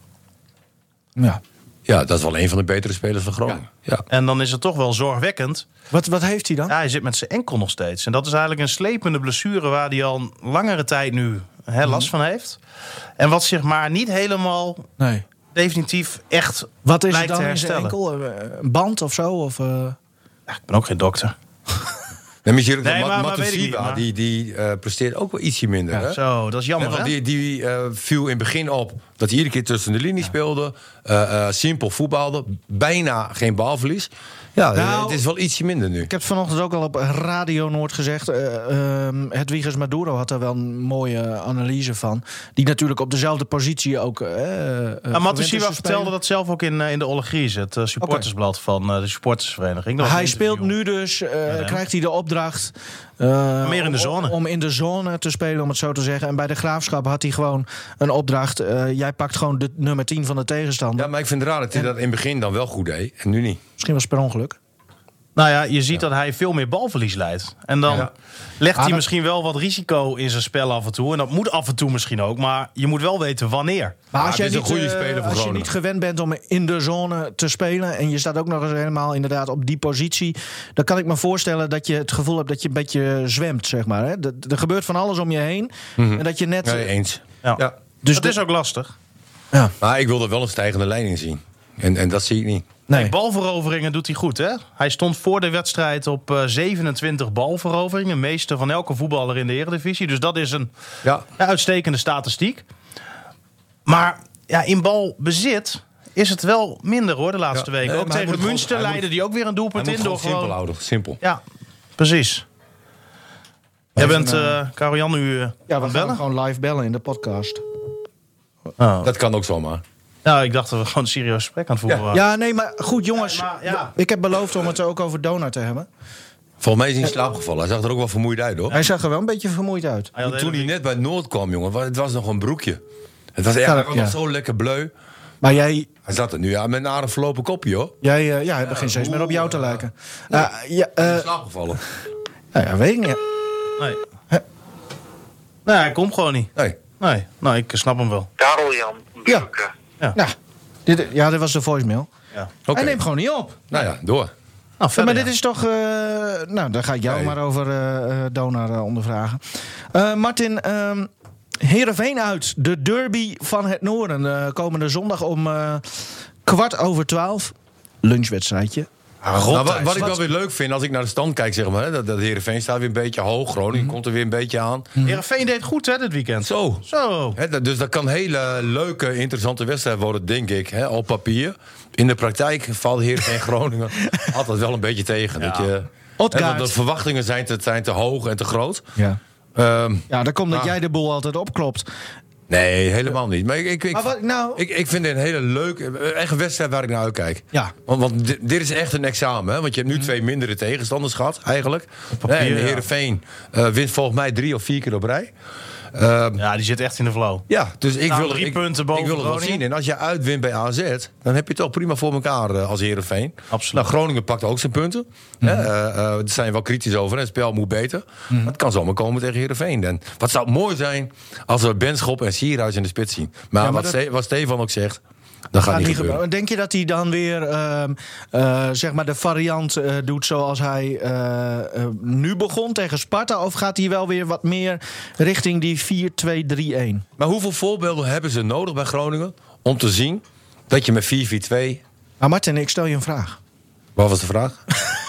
Ja. Ja, dat is wel een van de betere spelers van Groningen. Ja. Ja. En dan is het toch wel zorgwekkend. Wat, wat heeft hij dan? Ja, hij zit met zijn enkel nog steeds. En dat is eigenlijk een slepende blessure... waar hij al een langere tijd nu hè, last van heeft. En wat zich maar niet helemaal... Nee. definitief echt wat is lijkt het dan te herstellen. In zijn enkel? Een band of zo? Of, uh... ja, ik ben ook geen dokter. Nee, maar, nee, maar, Mat- maar weet ik niet, maar... die, die uh, presteert ook wel ietsje minder. Ja, hè? Zo, dat is jammer, nee, hè? Die, die uh, viel in het begin op dat hij iedere keer tussen de linie ja. speelde. Uh, uh, simpel voetbalde. Bijna geen balverlies. Ja, nou, het is wel ietsje minder nu. Ik heb het vanochtend ook al op Radio Noord gezegd. Uh, uh, Hedwiges Maduro had daar wel een mooie analyse van. Die natuurlijk op dezelfde positie ook... Uh, uh, Matusiwa vertelde dat zelf ook in, uh, in de Olegries. Het uh, supportersblad okay. van uh, de supportersvereniging. Dat hij speelt nu dus, uh, ja, krijgt hij de opdracht... Uh, Meer in de zone. Om, om in de zone te spelen, om het zo te zeggen. En bij de Graafschap had hij gewoon een opdracht. Uh, jij pakt gewoon de nummer tien van de tegenstander. Ja, maar ik vind het raar dat hij en... dat in het begin dan wel goed deed. En nu niet. Misschien was het per ongeluk. Nou ja, je ziet ja. dat hij veel meer balverlies leidt. En dan ja. legt hij ah, misschien wel wat risico in zijn spel af en toe. En dat moet af en toe misschien ook. Maar je moet wel weten wanneer. Maar als, ja, jij niet, een goede speler uh, als je niet gewend bent om in de zone te spelen... en je staat ook nog eens helemaal inderdaad op die positie... dan kan ik me voorstellen dat je het gevoel hebt dat je een beetje zwemt, zeg maar. Hè? Er, er gebeurt van alles om je heen. Mm-hmm. En dat je net... Nee, eens. Ja. Ja. Dus dat de... is ook lastig. Ja. Maar ik wil er wel een stijgende lijn in zien. En, en dat zie ik niet. Nee. Nee, balveroveringen doet hij goed, hè? Hij stond voor de wedstrijd op uh, zevenentwintig balveroveringen. Meeste van elke voetballer in de Eredivisie. Dus dat is een Ja. ja, uitstekende statistiek. Maar ja, in balbezit is het wel minder, hoor, de laatste Ja. weken. Nee, ook maar hij tegen moet Münster gewoon- hij leidde moet- die ook weer een doelpunt Hij in. moet Door gewoon simpel gewoon... houden. Simpel. Ja, precies. Jij Even, bent, uh, Karel-Jan, nu uh, Ja, aan we het gaan bellen? hem gewoon live bellen in de podcast. Oh. Dat kan ook zomaar. Nou, ik dacht dat we gewoon een serieus gesprek aan het voeren waren. Ja, nee, maar goed, jongens. Ja, maar, ja. Ik heb beloofd om het ook over Donar te hebben. Volgens mij is hij in slaap gevallen. Hij zag er ook wel vermoeid uit, hoor. Hij zag er wel een beetje vermoeid uit. Hij had Toen hij hele- net bij Noord kwam, jongen, wa- het was nog een broekje. Het was echt Ja, hij was ja. nog zo lekker bleu. Maar jij, Hij zat er nu aan met een aardig verlopen kopje, hoor. jij uh, ja, hij begint steeds meer op jou te lijken. Uh, ja, uh, In slaap gevallen. nou ja, weet ik niet. Nee. Nee, hij komt gewoon niet. Nee. Nee, nou, ik snap hem wel. Karel-Jan Ja. Buurke. Nou, dit, ja, dit was de voicemail. Ja. Oké. Hij neemt gewoon niet op. Nou ja, door. Nou, Ja, verder, maar ja. dit is toch... Uh, nou, daar ga ik jou Nee. maar over uh, uh, Donar uh, ondervragen. Uh, Martin, um, Heerenveen uit. De derby van het Noorden. Uh, komende zondag om uh, kwart over twaalf. Lunchwedstrijdje. Nou, wat, wat ik wel weer leuk vind als ik naar de stand kijk, zeg maar, hè, dat, dat Heerenveen staat weer een beetje hoog. Groningen komt er weer een beetje aan. Heerenveen deed goed, hè, dit weekend. Zo. Zo. Hè, dat- dus dat kan een hele leuke, interessante wedstrijd worden, denk ik, hè, op papier. In de praktijk valt Heerenveen Groningen altijd wel een beetje tegen. Ja. Dat je, hè, Odgaard. want de verwachtingen zijn te, zijn te hoog en te groot. Ja. Ehm, Ja, dat komt dat Ah. jij de boel altijd opklopt. nee, helemaal niet. Maar ik, ik, ik, Maar wat, nou... ik, ik vind het een hele leuke, echt een wedstrijd waar ik naar uitkijk. Ja. Want, want dit, dit is echt een examen, hè? Want je hebt nu twee mindere tegenstanders gehad, eigenlijk. papier, Hè, en ja. Heerenveen uh, wint volgens mij drie of vier keer op rij. Ehm, Ja, die zit echt in de flow. ja, dus ik Nou, wil, drie ik, punten boven ik wil het wel Groningen. zien. En als je uitwint bij A Z, dan heb je het toch prima voor elkaar uh, als Heerenveen. Absoluut. Nou, Groningen pakt ook zijn punten. Hè, uh, uh, daar zijn we wel kritisch over. Het spel moet beter. Maar het kan zomaar komen tegen Heerenveen. En wat zou het mooi zijn als we Benschop en Sierhuis in de spits zien. Maar, Ja, maar wat, dat- Ste- wat Stefan ook zegt, dat gaat Gaat niet niet gebeuren. gebeuren. Denk je dat hij dan weer ehm, eh, zeg maar de variant eh, doet zoals hij eh, eh, nu begon tegen Sparta? Of gaat hij wel weer wat meer richting die vier twee drie een? Maar hoeveel voorbeelden hebben ze nodig bij Groningen om te zien dat je met vier vier twee... Maar Martin, ik stel je een vraag. Wat was de vraag?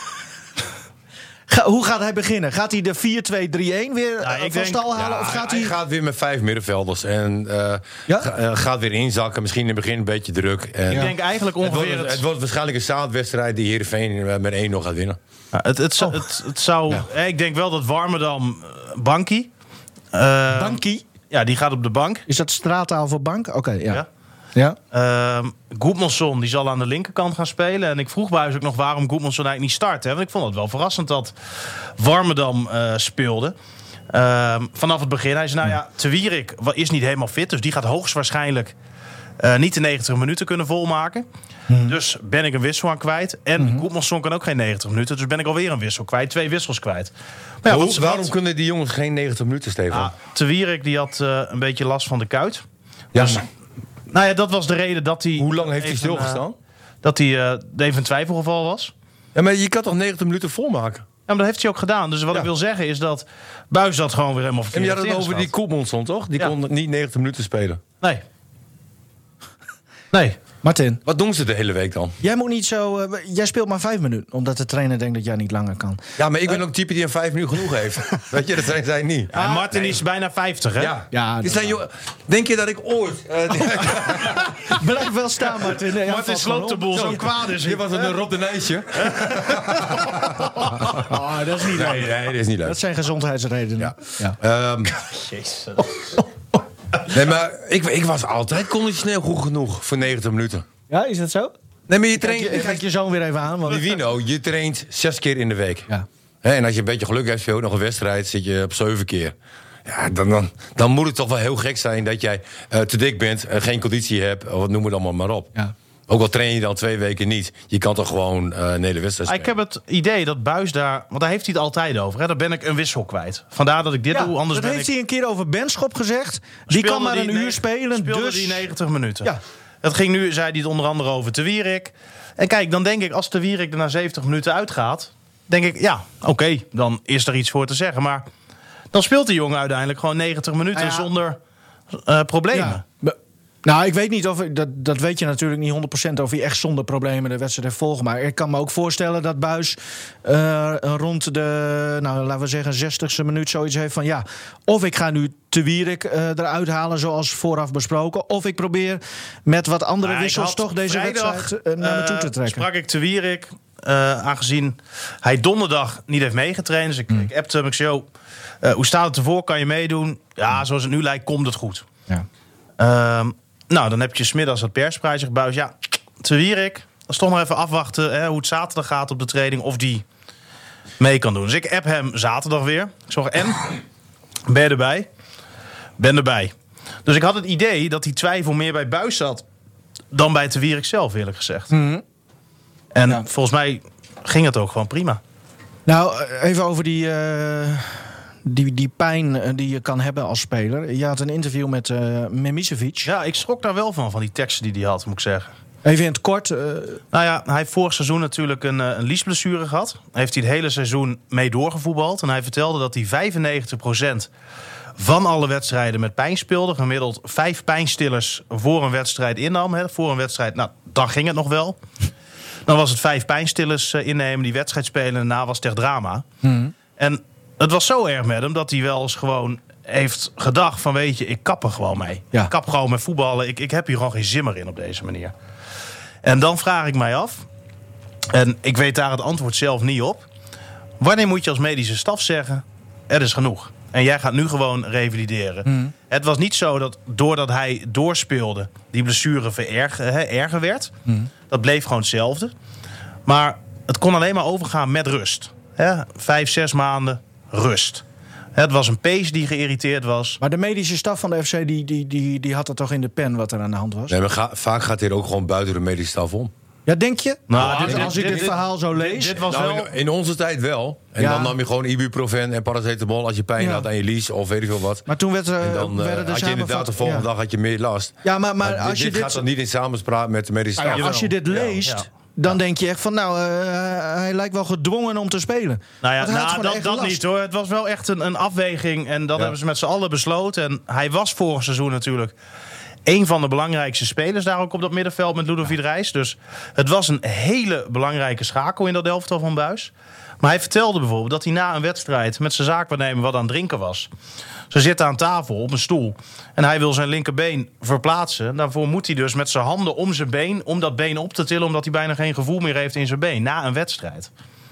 Ga, hoe gaat hij beginnen? Gaat hij de vier twee drie een weer Ja, eh, ik van denk- stal halen? of gaat hij... hij gaat weer met vijf middenvelders. En eh, Ja? ga- eh, gaat weer inzakken. Misschien in het begin een beetje druk. En Ik denk eigenlijk het, ongeveer... wordt, Het, het wordt waarschijnlijk een zaadwedstrijd die Heerenveen eh, met één nul gaat winnen. ja, het, het, zou- het, het zou... eh, Ik denk wel dat Warmerdam... eh, Bankie... eh, Bankie? Ja, die gaat op de bank. Is dat straattaal voor bank? Oké, ja. Ja. ja. Ehm Goedmanson die zal aan de linkerkant gaan spelen. En ik vroeg Buijs ook nog waarom Goedmanson eigenlijk niet start. Hè? Want ik vond het wel verrassend dat Warmerdam eh, speelde. Ehm, vanaf het begin. Hij zei, nou ja, Te Wierik wa- is niet helemaal fit. Dus die gaat hoogstwaarschijnlijk eh, niet de negentig minuten kunnen volmaken. Dus ben ik een wissel aan kwijt. En Goedmanson kan ook geen negentig minuten. Dus ben ik alweer een wissel kwijt. Twee wissels kwijt. Maar ja, Hoe- wat- waarom wat- kunnen die jongens geen negentig minuten, Stefan? Ah, Te Wierik die had eh, een beetje last van de kuit. ja, dus- maar Nou ja, dat was de reden dat hij... hoe lang heeft hij even, stilgestaan? eh, dat hij eh, even een twijfelgeval was. Ja, maar je kan toch negentig minuten volmaken? Ja, maar dat heeft hij ook gedaan. Dus wat Ja. ik wil zeggen is dat Buijs dat gewoon weer helemaal En verkeerd je had het heeft over die ingeschat. Koopmanson, toch? Die Ja. kon niet negentig minuten spelen. Nee. Nee. Martin, Wat doen ze de hele week dan? jij moet niet zo... eh, jij speelt maar vijf minuten, omdat de trainer denkt dat jij niet langer kan. Ja, maar ik ben ook een type die een vijf minuten genoeg heeft. Weet je, dat zijn zij niet. En Martin is bijna vijftig, hè? Ja, Ja, Die dat zijn, joh, denk je dat ik ooit... eh, Blijf wel staan, Martin. Nee, Martin valt sloopt de gewoon boel zo kwaad is. je was een Rob de Nijsje. op. Oh, dat is niet leuk. Nee, nee, dat is niet leuk. Dat zijn gezondheidsredenen. Ja. Ja. Ehm, Jezus. nee, maar ik, ik was altijd conditioneel goed genoeg voor negentig minuten. Ja, is dat zo? Nee, maar je Kijk, je, traint... kijk je zoon weer even aan. Want... Divino, je traint zes keer in de week. Ja. Hè, en als je een beetje geluk hebt, speel je ook nog een wedstrijd, zit je op zeven keer. Ja, dan, dan, dan moet het toch wel heel gek zijn dat jij uh, te dik bent, uh, geen conditie hebt, of wat noem het allemaal maar op. Ja. Ook al train je dan twee weken niet, je kan toch gewoon uh, een hele wedstrijd Ik spelen. heb het idee dat Buijs daar... Want daar heeft hij het altijd over. Hè? Daar ben ik een wissel kwijt. Vandaar dat ik dit Ja, doe. Anders dat ben heeft ik... hij een keer over Benschop gezegd. Die Speelde kan maar een die uur negen- spelen. Speelde Dus... die negentig minuten. Ja. Dat ging nu, zei hij het onder andere over Te Wierik. En kijk, dan denk ik, als Te Wierik er na zeventig minuten uitgaat... denk ik, ja, oké, okay, dan is er iets voor te zeggen. Maar dan speelt die jongen uiteindelijk gewoon negentig minuten Nou ja. zonder uh, problemen. Ja. Maar Nou, ik weet niet of dat, dat weet je natuurlijk niet honderd procent of hij echt zonder problemen de wedstrijd heeft volgen. Maar ik kan me ook voorstellen dat Buijs uh, rond de, nou, laten we zeggen, zestigste minuut zoiets heeft van ja, of ik ga nu Te Wierik uh, eruit halen zoals vooraf besproken, of ik probeer met wat andere Nou, wissels toch deze vrijdag, wedstrijd uh, naar me toe te trekken. Sprak ik Te Wierik, uh, aangezien hij donderdag niet heeft meegetraind. Dus ik, Hmm. ik appte hem, ik zei, yo, uh, hoe staat het ervoor? Kan je meedoen? Ja, zoals het nu lijkt, komt het goed. Ja. Uh, nou, dan heb je 's middags dat persprijs. Zegt Buijs, ja, Te Wierik, dan is toch nog even afwachten hè, hoe het zaterdag gaat op de training, of die mee kan doen. Dus ik app hem zaterdag weer. Ik zeg, en? Ben je erbij? Ben erbij. Dus ik had het idee dat die twijfel meer bij Buijs zat dan bij Te Wierik zelf, eerlijk gezegd. Mm-hmm. En Ja. volgens mij ging het ook gewoon prima. Nou, even over die, uh, die, die pijn uh, die je kan hebben als speler. Je had een interview met uh, Memisevic. Ja, ik schrok daar wel van, van die teksten die hij had, moet ik zeggen. Even in het kort. Uh, Nou ja, hij heeft vorig seizoen natuurlijk een, een liesblessure gehad. Heeft hij het hele seizoen mee doorgevoetbald. En hij vertelde dat hij vijfennegentig procent van alle wedstrijden met pijn speelde. Gemiddeld vijf pijnstillers voor een wedstrijd innam. Hè. Voor een wedstrijd, nou, dan ging het nog wel. Dan was het vijf pijnstillers uh, innemen, die wedstrijd spelen. En daarna was het echt drama. mm. En het was zo erg met hem dat hij wel eens gewoon heeft gedacht van, weet je, ik kap er gewoon mee. Ja. Ik kap gewoon met voetballen. Ik, ik heb hier gewoon geen zin meer in op deze manier. En dan vraag ik mij af, en ik weet daar het antwoord zelf niet op, wanneer moet je als medische staf zeggen, het is genoeg. En jij gaat nu gewoon revalideren. Mm. Het was niet zo dat doordat hij doorspeelde, die blessure vererger, hè, erger werd. Mm. Dat bleef gewoon hetzelfde. Maar het kon alleen maar overgaan met rust. Hè? Vijf, zes maanden rust. Het was een pees die geïrriteerd was. Maar de medische staf van de F C die, die, die, die had het toch in de pen wat er aan de hand was? Nee, maar ga, vaak gaat dit ook gewoon buiten de medische staf om. Ja, denk je? Nou, als dit- als dit- ik dit, dit- verhaal zo lees. Dit, dit was Nou, wel... in, in onze tijd wel. En Ja. dan nam je gewoon ibuprofen en paracetamol als je pijn Ja. had aan je lies of weet ik veel wat. Maar toen werd, uh, En dan uh, werden de had je inderdaad de volgende ja. dag had je meer last. Ja, maar, maar, Maar als dit, je dit dit, gaat dan niet in samenspraak met de medische nou staf. ja, als je dit Ja, leest, ja. dan denk je echt van, nou, uh, hij lijkt wel gedwongen om te spelen. Nou ja, Want hij had nou, gewoon dat, echt dat last. niet hoor. Het was wel echt een, een afweging. En dat Ja. hebben ze met z'n allen besloten. En hij was vorig seizoen natuurlijk een van de belangrijkste spelers daar ook op dat middenveld met Ludovic Reis. Dus het was een hele belangrijke schakel in dat elftal van Buijs. Maar hij vertelde bijvoorbeeld dat hij na een wedstrijd met zijn zaakwaarnemer wat aan het drinken was. Ze zitten aan tafel op een stoel en hij wil zijn linkerbeen verplaatsen. Daarvoor moet hij dus met zijn handen om zijn been, om dat been op te tillen, omdat hij bijna geen gevoel meer heeft in zijn been na een wedstrijd.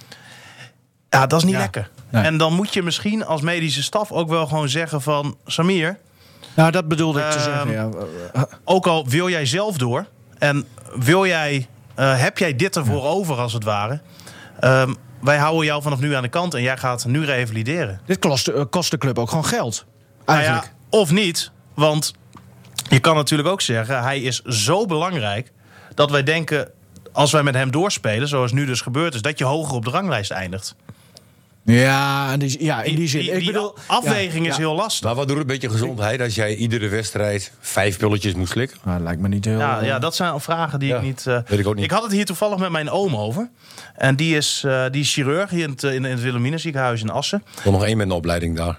Ja, dat is niet Ja. lekker. Nee. En dan moet je misschien als medische staf ook wel gewoon zeggen van, Samir, Nou, dat bedoelde ik te Ehm, zeggen, ja. Uh, ook al wil jij zelf door en wil jij, uh, heb jij dit ervoor over als het ware, um, wij houden jou vanaf nu aan de kant en jij gaat nu revalideren. Dit kost, uh, kost de club ook gewoon geld. Nou Eigenlijk. ja, of niet, want je kan natuurlijk ook zeggen, hij is zo belangrijk dat wij denken, als wij met hem doorspelen, zoals nu dus gebeurd is, dat je hoger op de ranglijst eindigt. Ja, in die, ja, in die zin. Die, ik die bedoel, afweging ja, is ja. heel lastig. Maar wat doet het een beetje gezondheid als jij iedere wedstrijd vijf pilletjes moet slikken? Nou, lijkt me niet heel... Ja, ja, dat zijn al vragen die Ja, ik niet... uh, weet ik ook niet. Ik had het hier toevallig met mijn oom over. En die is, uh, die is chirurg hier in het, in het Wilhelmina ziekenhuis in Assen. Er nog één met een opleiding daar.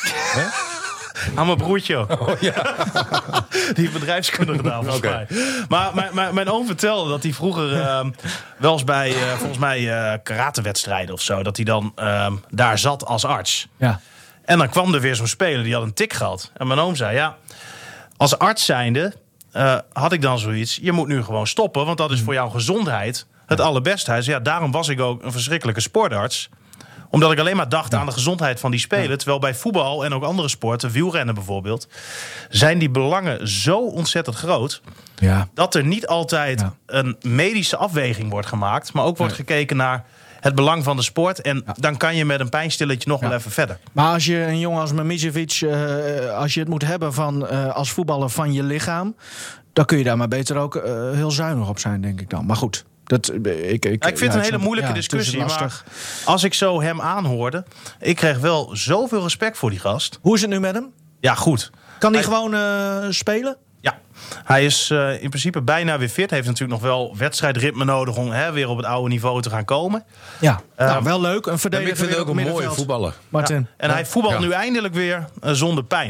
Aan mijn broertje ook. Oh, ja. Die heeft bedrijfskunde gedaan, volgens Oké. mij. Maar mijn, mijn, mijn oom vertelde dat hij vroeger uh, wel eens bij, uh, volgens mij, uh, karatewedstrijden of zo, dat hij dan uh, daar zat als arts. Ja. En dan kwam er weer zo'n speler, die had een tik gehad. En mijn oom zei, ja, als arts zijnde uh, had ik dan zoiets, je moet nu gewoon stoppen, want dat is voor jouw gezondheid het allerbeste. Hij zei, ja, daarom was ik ook een verschrikkelijke sportarts. Omdat ik alleen maar dacht aan de gezondheid van die speler. Ja. Terwijl bij voetbal en ook andere sporten, wielrennen bijvoorbeeld, zijn die belangen zo ontzettend groot, Ja. dat er niet altijd Ja. een medische afweging wordt gemaakt, maar ook wordt gekeken naar het belang van de sport. En Ja. dan kan je met een pijnstilletje nog Ja. wel even verder. Maar als je een jongen als Memisevic, uh, als je het moet hebben van, uh, als voetballer van je lichaam, dan kun je daar maar beter ook uh, heel zuinig op zijn, denk ik dan. Maar goed. Dat, ik, ik, Ja, ik vind ja, het een hele snap- moeilijke ja, het is discussie. Maar lastig. als ik zo hem aanhoorde, ik kreeg wel zoveel respect voor die gast. Hoe is het nu met hem? Ja, goed. Kan hij Hij- gewoon uh, spelen? Ja, hij is uh, in principe bijna weer fit. Hij heeft natuurlijk nog wel wedstrijdritme nodig om hè, weer op het oude niveau te gaan komen. Ja. Uh, nou, wel leuk. Een Ja, verdediger ik vind weer het op ook een het mooie middenveld. voetballer. Martin. Ja. En hij voetbalt Ja. nu eindelijk weer uh, zonder pijn. Ja.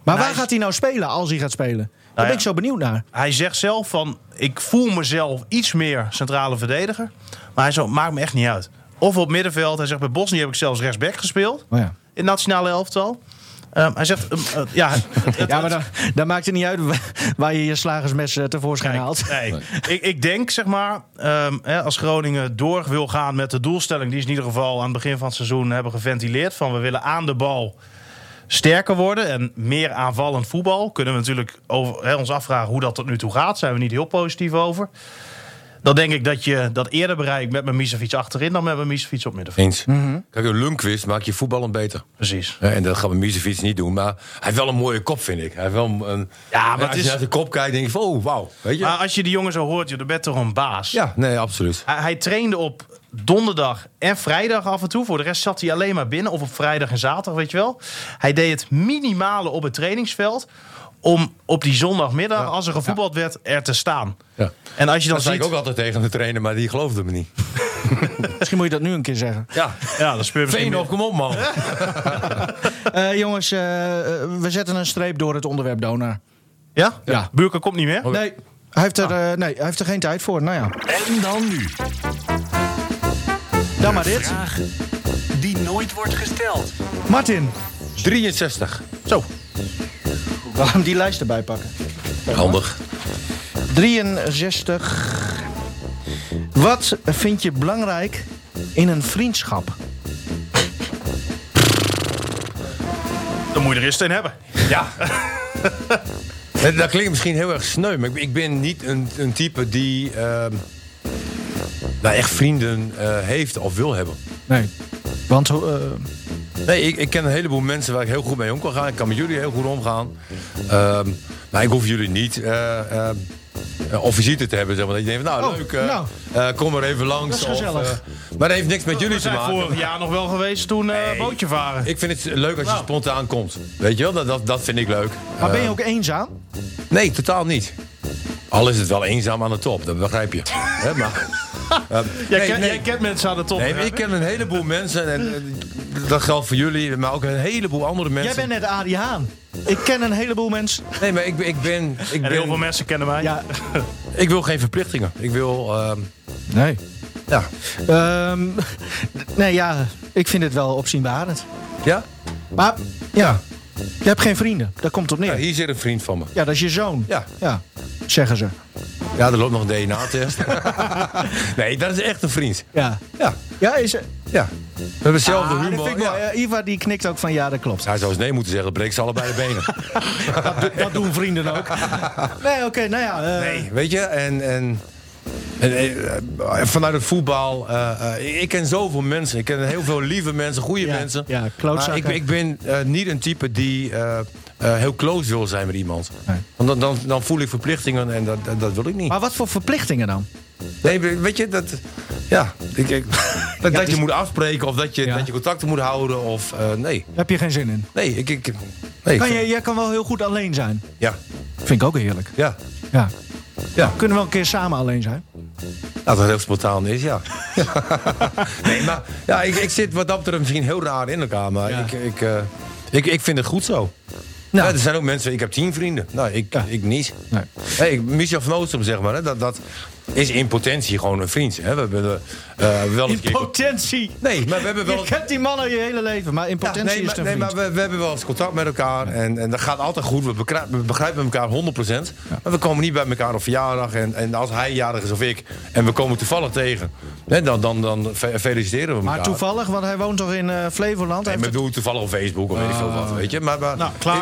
Maar hij waar is- gaat hij nou spelen als hij gaat spelen? Daar ben ja. ik zo benieuwd naar. Hij zegt zelf van, ik voel mezelf iets meer centrale verdediger. Maar hij zo, maakt me echt niet uit. Of op middenveld. Hij zegt, bij Bosnië heb ik zelfs rechtsback gespeeld. Oh ja. In het nationale elftal. Um, hij zegt, um, uh, ja... het- het- Ja, maar dan, dan maakt het niet uit waar je je slagersmes uh, tevoorschijn Kijk, haalt. nee. ik, ik denk, zeg maar, um, hè, als Groningen door wil gaan met de doelstelling... die ze in ieder geval aan het begin van het seizoen hebben geventileerd... van we willen aan de bal sterker worden en meer aanvallend voetbal... kunnen we natuurlijk over, hè, ons afvragen hoe dat tot nu toe gaat. Daar zijn we niet heel positief over. Dan denk ik dat je dat eerder bereikt met mijn Misevic achterin... dan met mijn Misevic op middenveld. Eens. Kijk, een Lundqvist maak je voetballend beter. Precies. Ja, en dat gaan we Misevic niet doen. Maar hij heeft wel een mooie kop, vind ik. Hij heeft wel een, Ja, maar als het je is- naar de kop kijkt, denk je van, oh, wauw. Weet je? Maar als je die jongen zo hoort, je dan bent toch een baas. Ja, nee, absoluut. Hij, hij trainde op donderdag en vrijdag af en toe. Voor de rest zat hij alleen maar binnen. Of op vrijdag en zaterdag, weet je wel. Hij deed het minimale op het trainingsveld... om op die zondagmiddag, Ja. als er gevoetbald werd, er te staan. Ja. En als je dan Dat zei ziet... ik ook altijd tegen de trainer, maar die geloofde me niet. Misschien moet je dat nu een keer zeggen. Ja, Ja, dat speurt misschien Veenhof, kom op, man. Uh, jongens, uh, we zetten een streep door het onderwerp Donar. Ja? Ja. Buurke komt niet meer? Nee, hij heeft, er, uh, nee, hij heeft er geen tijd voor. Nou ja, En dan nu. dan maar dit. Vraag die nooit wordt gesteld. Martin, drieënzestig. Zo. we gaan die lijst erbij pakken. Handig. drieënzestig. Wat vind je belangrijk in een vriendschap? Dan moet je er eerst een hebben. Ja. Dat dat klinkt misschien heel erg sneu, maar ik- ik ben niet een, een type die uh, nou echt vrienden uh, heeft of wil hebben. Nee. Want uh, Nee, ik, ik ken een heleboel mensen waar ik heel goed mee om kan gaan. Ik kan met jullie heel goed omgaan. Uh, maar ik hoef jullie niet uh, uh, uh, of visite te hebben. Zeg maar. Dat je denkt, van, nou Oh, leuk, uh, nou. uh, kom er even langs. Dat is gezellig. Of, uh, maar dat heeft niks met jullie We te zijn maken. vorig jaar nog wel geweest toen uh, Nee. bootje varen. Ik vind het leuk als je Nou. spontaan komt. Weet je wel, dat, dat, dat vind ik leuk. maar ben je Uh, ook eenzaam? Nee, totaal niet. Al is het wel eenzaam aan de top, dat begrijp je. Hè, maar, uh, Jij, nee, ken- nee. jij kent mensen aan de top. Nee, maar ik ken een heleboel mensen en uh, dat geldt voor jullie, maar ook een heleboel andere Jij mensen. bent net Arie Haan. Ik ken een heleboel mensen. Nee, maar ik, ben- ik ben... Ik, En heel ben, veel mensen kennen mij. Ja. ik wil geen verplichtingen. Ik wil... Uh, Nee. ja. Ehm, nee, ja, ik vind het wel opzienbarend. Ja? Maar, ja, je hebt geen vrienden. Daar komt het op Ja, neer. hier zit een vriend van me. Ja, dat is je zoon. Ja. Ja, zeggen ze. Ja, er loopt nog een D N A-test. Nee, dat is echt een vriend. Ja. Ja, Ja, is het? ja. We hebben hetzelfde Ah, dat humor. vind ik wel. Ja. Eh, Iva die knikt ook van ja, dat klopt. Hij zou eens nee moeten zeggen, dan breekt ze allebei de benen. Dat, dat doen vrienden ook. Nee, oké, nou ja. eh, Nee, weet je, en... en En, eh, vanuit het voetbal, uh, uh, ik ken zoveel mensen. Ik ken heel veel lieve mensen, goede Ja, mensen. ja, maar klootzakken. ik, ik ben uh, niet een type die uh, uh, heel close wil zijn met iemand. Nee. Want dan, dan, dan voel ik verplichtingen en dat, dat, dat wil ik niet. Maar wat voor verplichtingen dan? Nee, weet je, dat... Ja, ik, ik, dat, dat is- je moet afspreken of dat je, Ja. dat je contacten moet houden of... Uh, nee, Daar heb je geen zin in. nee, ik... ik nee, Kan ik- je, jij kan wel heel goed alleen zijn. Ja, Vind ik ook heerlijk. ja. Ja. Ja. Kunnen we wel een keer samen alleen zijn? Nou, dat heel spontaan is, ja. Nee, maar ja, ik, ik zit wat dat betreft misschien heel raar in elkaar, maar Ja. ik, ik, uh, ik, ik vind het goed zo. Nou. Ja, er zijn ook mensen, ik heb tien vrienden. Nou, ik, Ja. ik niet. Nee. Hey, ik- Michel van Oostrum, zeg maar, hè, dat, dat is in potentie gewoon een vriend. Hè. We hebben uh, wel eens In potentie. Nee, maar we hebben wel... Je kent die mannen je hele leven, maar in Ja, potentie nee, is maar, het een nee, vriend. maar we, we hebben wel eens contact met elkaar en, en dat gaat altijd goed. We begrijpen, we begrijpen elkaar honderd procent. Maar we komen niet bij elkaar op verjaardag. En, en als hij jarig is of ik en we komen toevallig tegen, hè, dan, dan, dan fe- feliciteren we elkaar. Maar toevallig, want hij woont toch in uh, Flevoland? Nee, Hij maar ik heeft doe het toevallig op Facebook of weet ik veel wat, weet je. Maar, maar, Nou, klaar.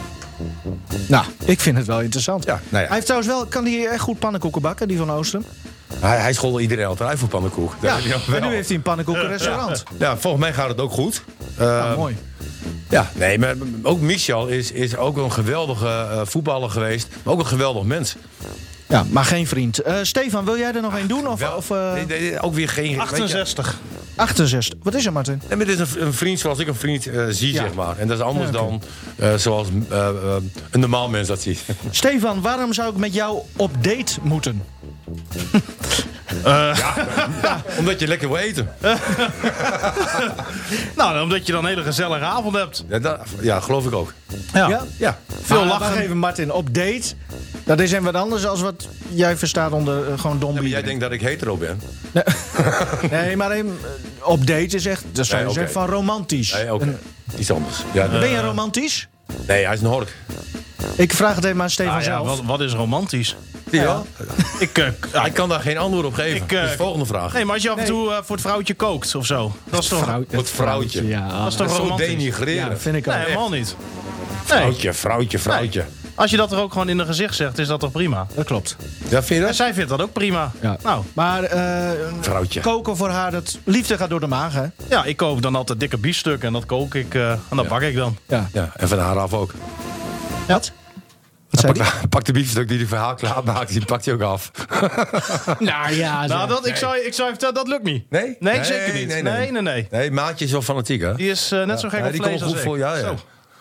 het- Nou, ik vind het wel interessant. Ja, nou ja. Hij heeft trouwens wel, kan hij echt goed pannenkoeken bakken, die van Oostrum? Hij, hij scholde iedereen altijd uit voor pannenkoek. Dat Ja, weet je nog wel. en nu heeft hij een pannenkoekenrestaurant. Ja, volgens mij gaat het ook goed. Uh, Ja, mooi. Ja, nee, maar ook Michel is, is ook wel een geweldige uh, voetballer geweest. Maar ook een geweldig mens. Ja, maar geen vriend. Uh, Stefan, wil jij er nog een doen? Of, Wel, of uh, nee, nee, ook weer geen... weet je- achtenzestig. achtenzestig. Wat is er, Martin? Nee, maar dit is een, een vriend zoals ik een vriend uh, zie, Ja. zeg maar. En dat is anders Ja, oké. dan uh, zoals uh, uh, een normaal mens dat ziet. Stefan, waarom zou ik met jou op date moeten? Uh, ja, ja, omdat je lekker wil eten. nou, omdat je dan een hele gezellige avond hebt. Ja, dat, ja geloof ik ook. Ja. Ja? Ja. Veel Maar, lachen. wacht even, Martin. Op date, dat is een wat anders dan wat jij verstaat onder uh, gewoon dom Ja, maar bier. jij denkt dat ik hetero ben. Nee, maar even, uh, op date is echt, dat zou je Nee, zeggen, oké. van romantisch. Nee, oké. Okay. Iets anders. Ja, Ben je romantisch? nee, hij is een hork. Ik vraag het even aan Stefan Nou ja, zelf. wat, wat is romantisch? Ja. Ik, uh, Hij kan daar geen antwoord op geven. Ik, uh, dus volgende vraag. Nee, maar als je af en toe uh, voor het vrouwtje kookt of zo. Dat is toch, Vrouw- het vrouwtje. Ja, dat is toch Zo romantisch? denigreren. ja, vind ik ook. Nee, helemaal niet. Nee. Vrouwtje, vrouwtje, vrouwtje. Als je dat er ook gewoon in de gezicht zegt, is dat toch prima? Dat klopt. Ja, vind je En dat? zij vindt dat ook prima. Ja. Nou, Maar uh, Vrouwtje. koken voor haar, dat liefde gaat door de maag, hè? ja, ik kook dan altijd dikke biefstuk en dat kook ik uh, en dat Ja. bak ik dan. Ja. Ja, en van haar af ook. Wat? Wat zei Pak, die? pak de biefstuk die hij verhaal klaar maakt, die pakt hij ook af. Nou ja, Nou, dat, ik, zou, ik zou je vertellen, dat lukt niet. Nee? Nee, zeker niet. Nee, Nee, nee. nee, nee. Nee, Maatje is wel fanatiek, hè? Die is uh, net zo gek Ja, op die vlees komt als goed ik. voor, ja, ja. Zo.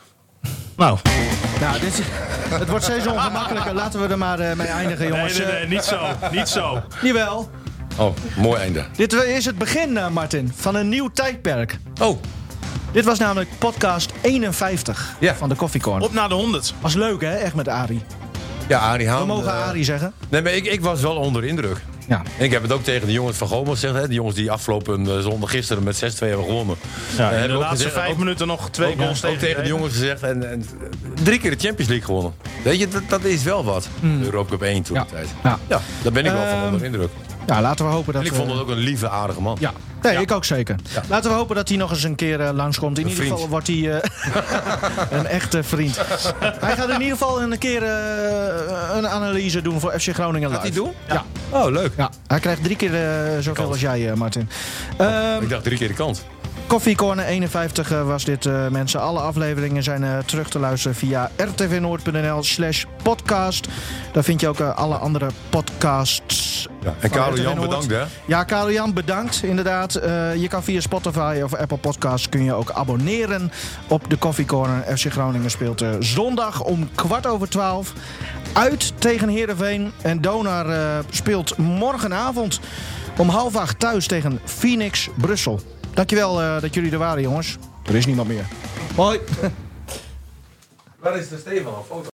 Nou, Nou, dit is, het wordt steeds ongemakkelijker. Laten we er maar uh, mee eindigen, nee, jongens. nee, nee, niet zo. Niet zo. Uh, jawel. Oh, mooi einde. Dit is het begin, uh, Martin, van een nieuw tijdperk. Oh, Dit was namelijk podcast eenenvijftig Ja. van de Coffee Corner. Op naar de honderd. Was leuk, hè? Echt met Arie. ja, Arie Haan. We mogen eh, Arie zeggen. Nee, maar ik, ik was wel onder indruk. Ja. En ik heb het ook tegen de jongens van Gomo gezegd. Hè? Die jongens die afgelopen uh, zondag gisteren met zes twee hebben gewonnen. Ja, Eh, in heb de ik ook laatste gezegd- vijf ook- minuten nog twee ook, goals ook tegen. tegen de jongens gezegd. En, en drie keer de Champions League gewonnen. Weet je, dat, dat is wel wat. De Europa Cup één toen Ja. de tijd. Ja. Ja, daar ben ik wel van Ehm, onder indruk. Ja, laten we hopen dat... En ik we- vond het ook een lieve, aardige man. Ja, nee, ik ook zeker. Ja. Laten we hopen dat hij nog eens een keer uh, langskomt. In Een ieder vriend. geval wordt hij uh, een echte vriend. Hij gaat in ieder geval een keer uh, een analyse doen voor F C Groningen live. Gaat hij doen? Ja. Oh, leuk. Ja, hij krijgt drie keer uh, zoveel Kans. als jij, uh, Martin. Ehm, Ik dacht drie keer de kans. Coffee Corner eenenvijftig uh, was dit, uh, mensen. Alle afleveringen zijn uh, terug te luisteren via rtvnoord.nl slash podcast. Daar vind je ook uh, alle andere podcasts. Ja. En van Karel R T V Jan, Noord. bedankt hè. Ja, Karel Jan, bedankt. Inderdaad, uh, je kan via Spotify of Apple Podcasts kun je ook abonneren op de Coffee Corner. F C Groningen speelt uh, zondag om kwart over twaalf uit tegen Heerenveen. En Donar uh, speelt morgenavond om half acht thuis tegen Phoenix Brussel. Dankjewel uh, dat jullie er waren, jongens. Er is niemand meer. Hoi. Waar is de Stefan? Foto.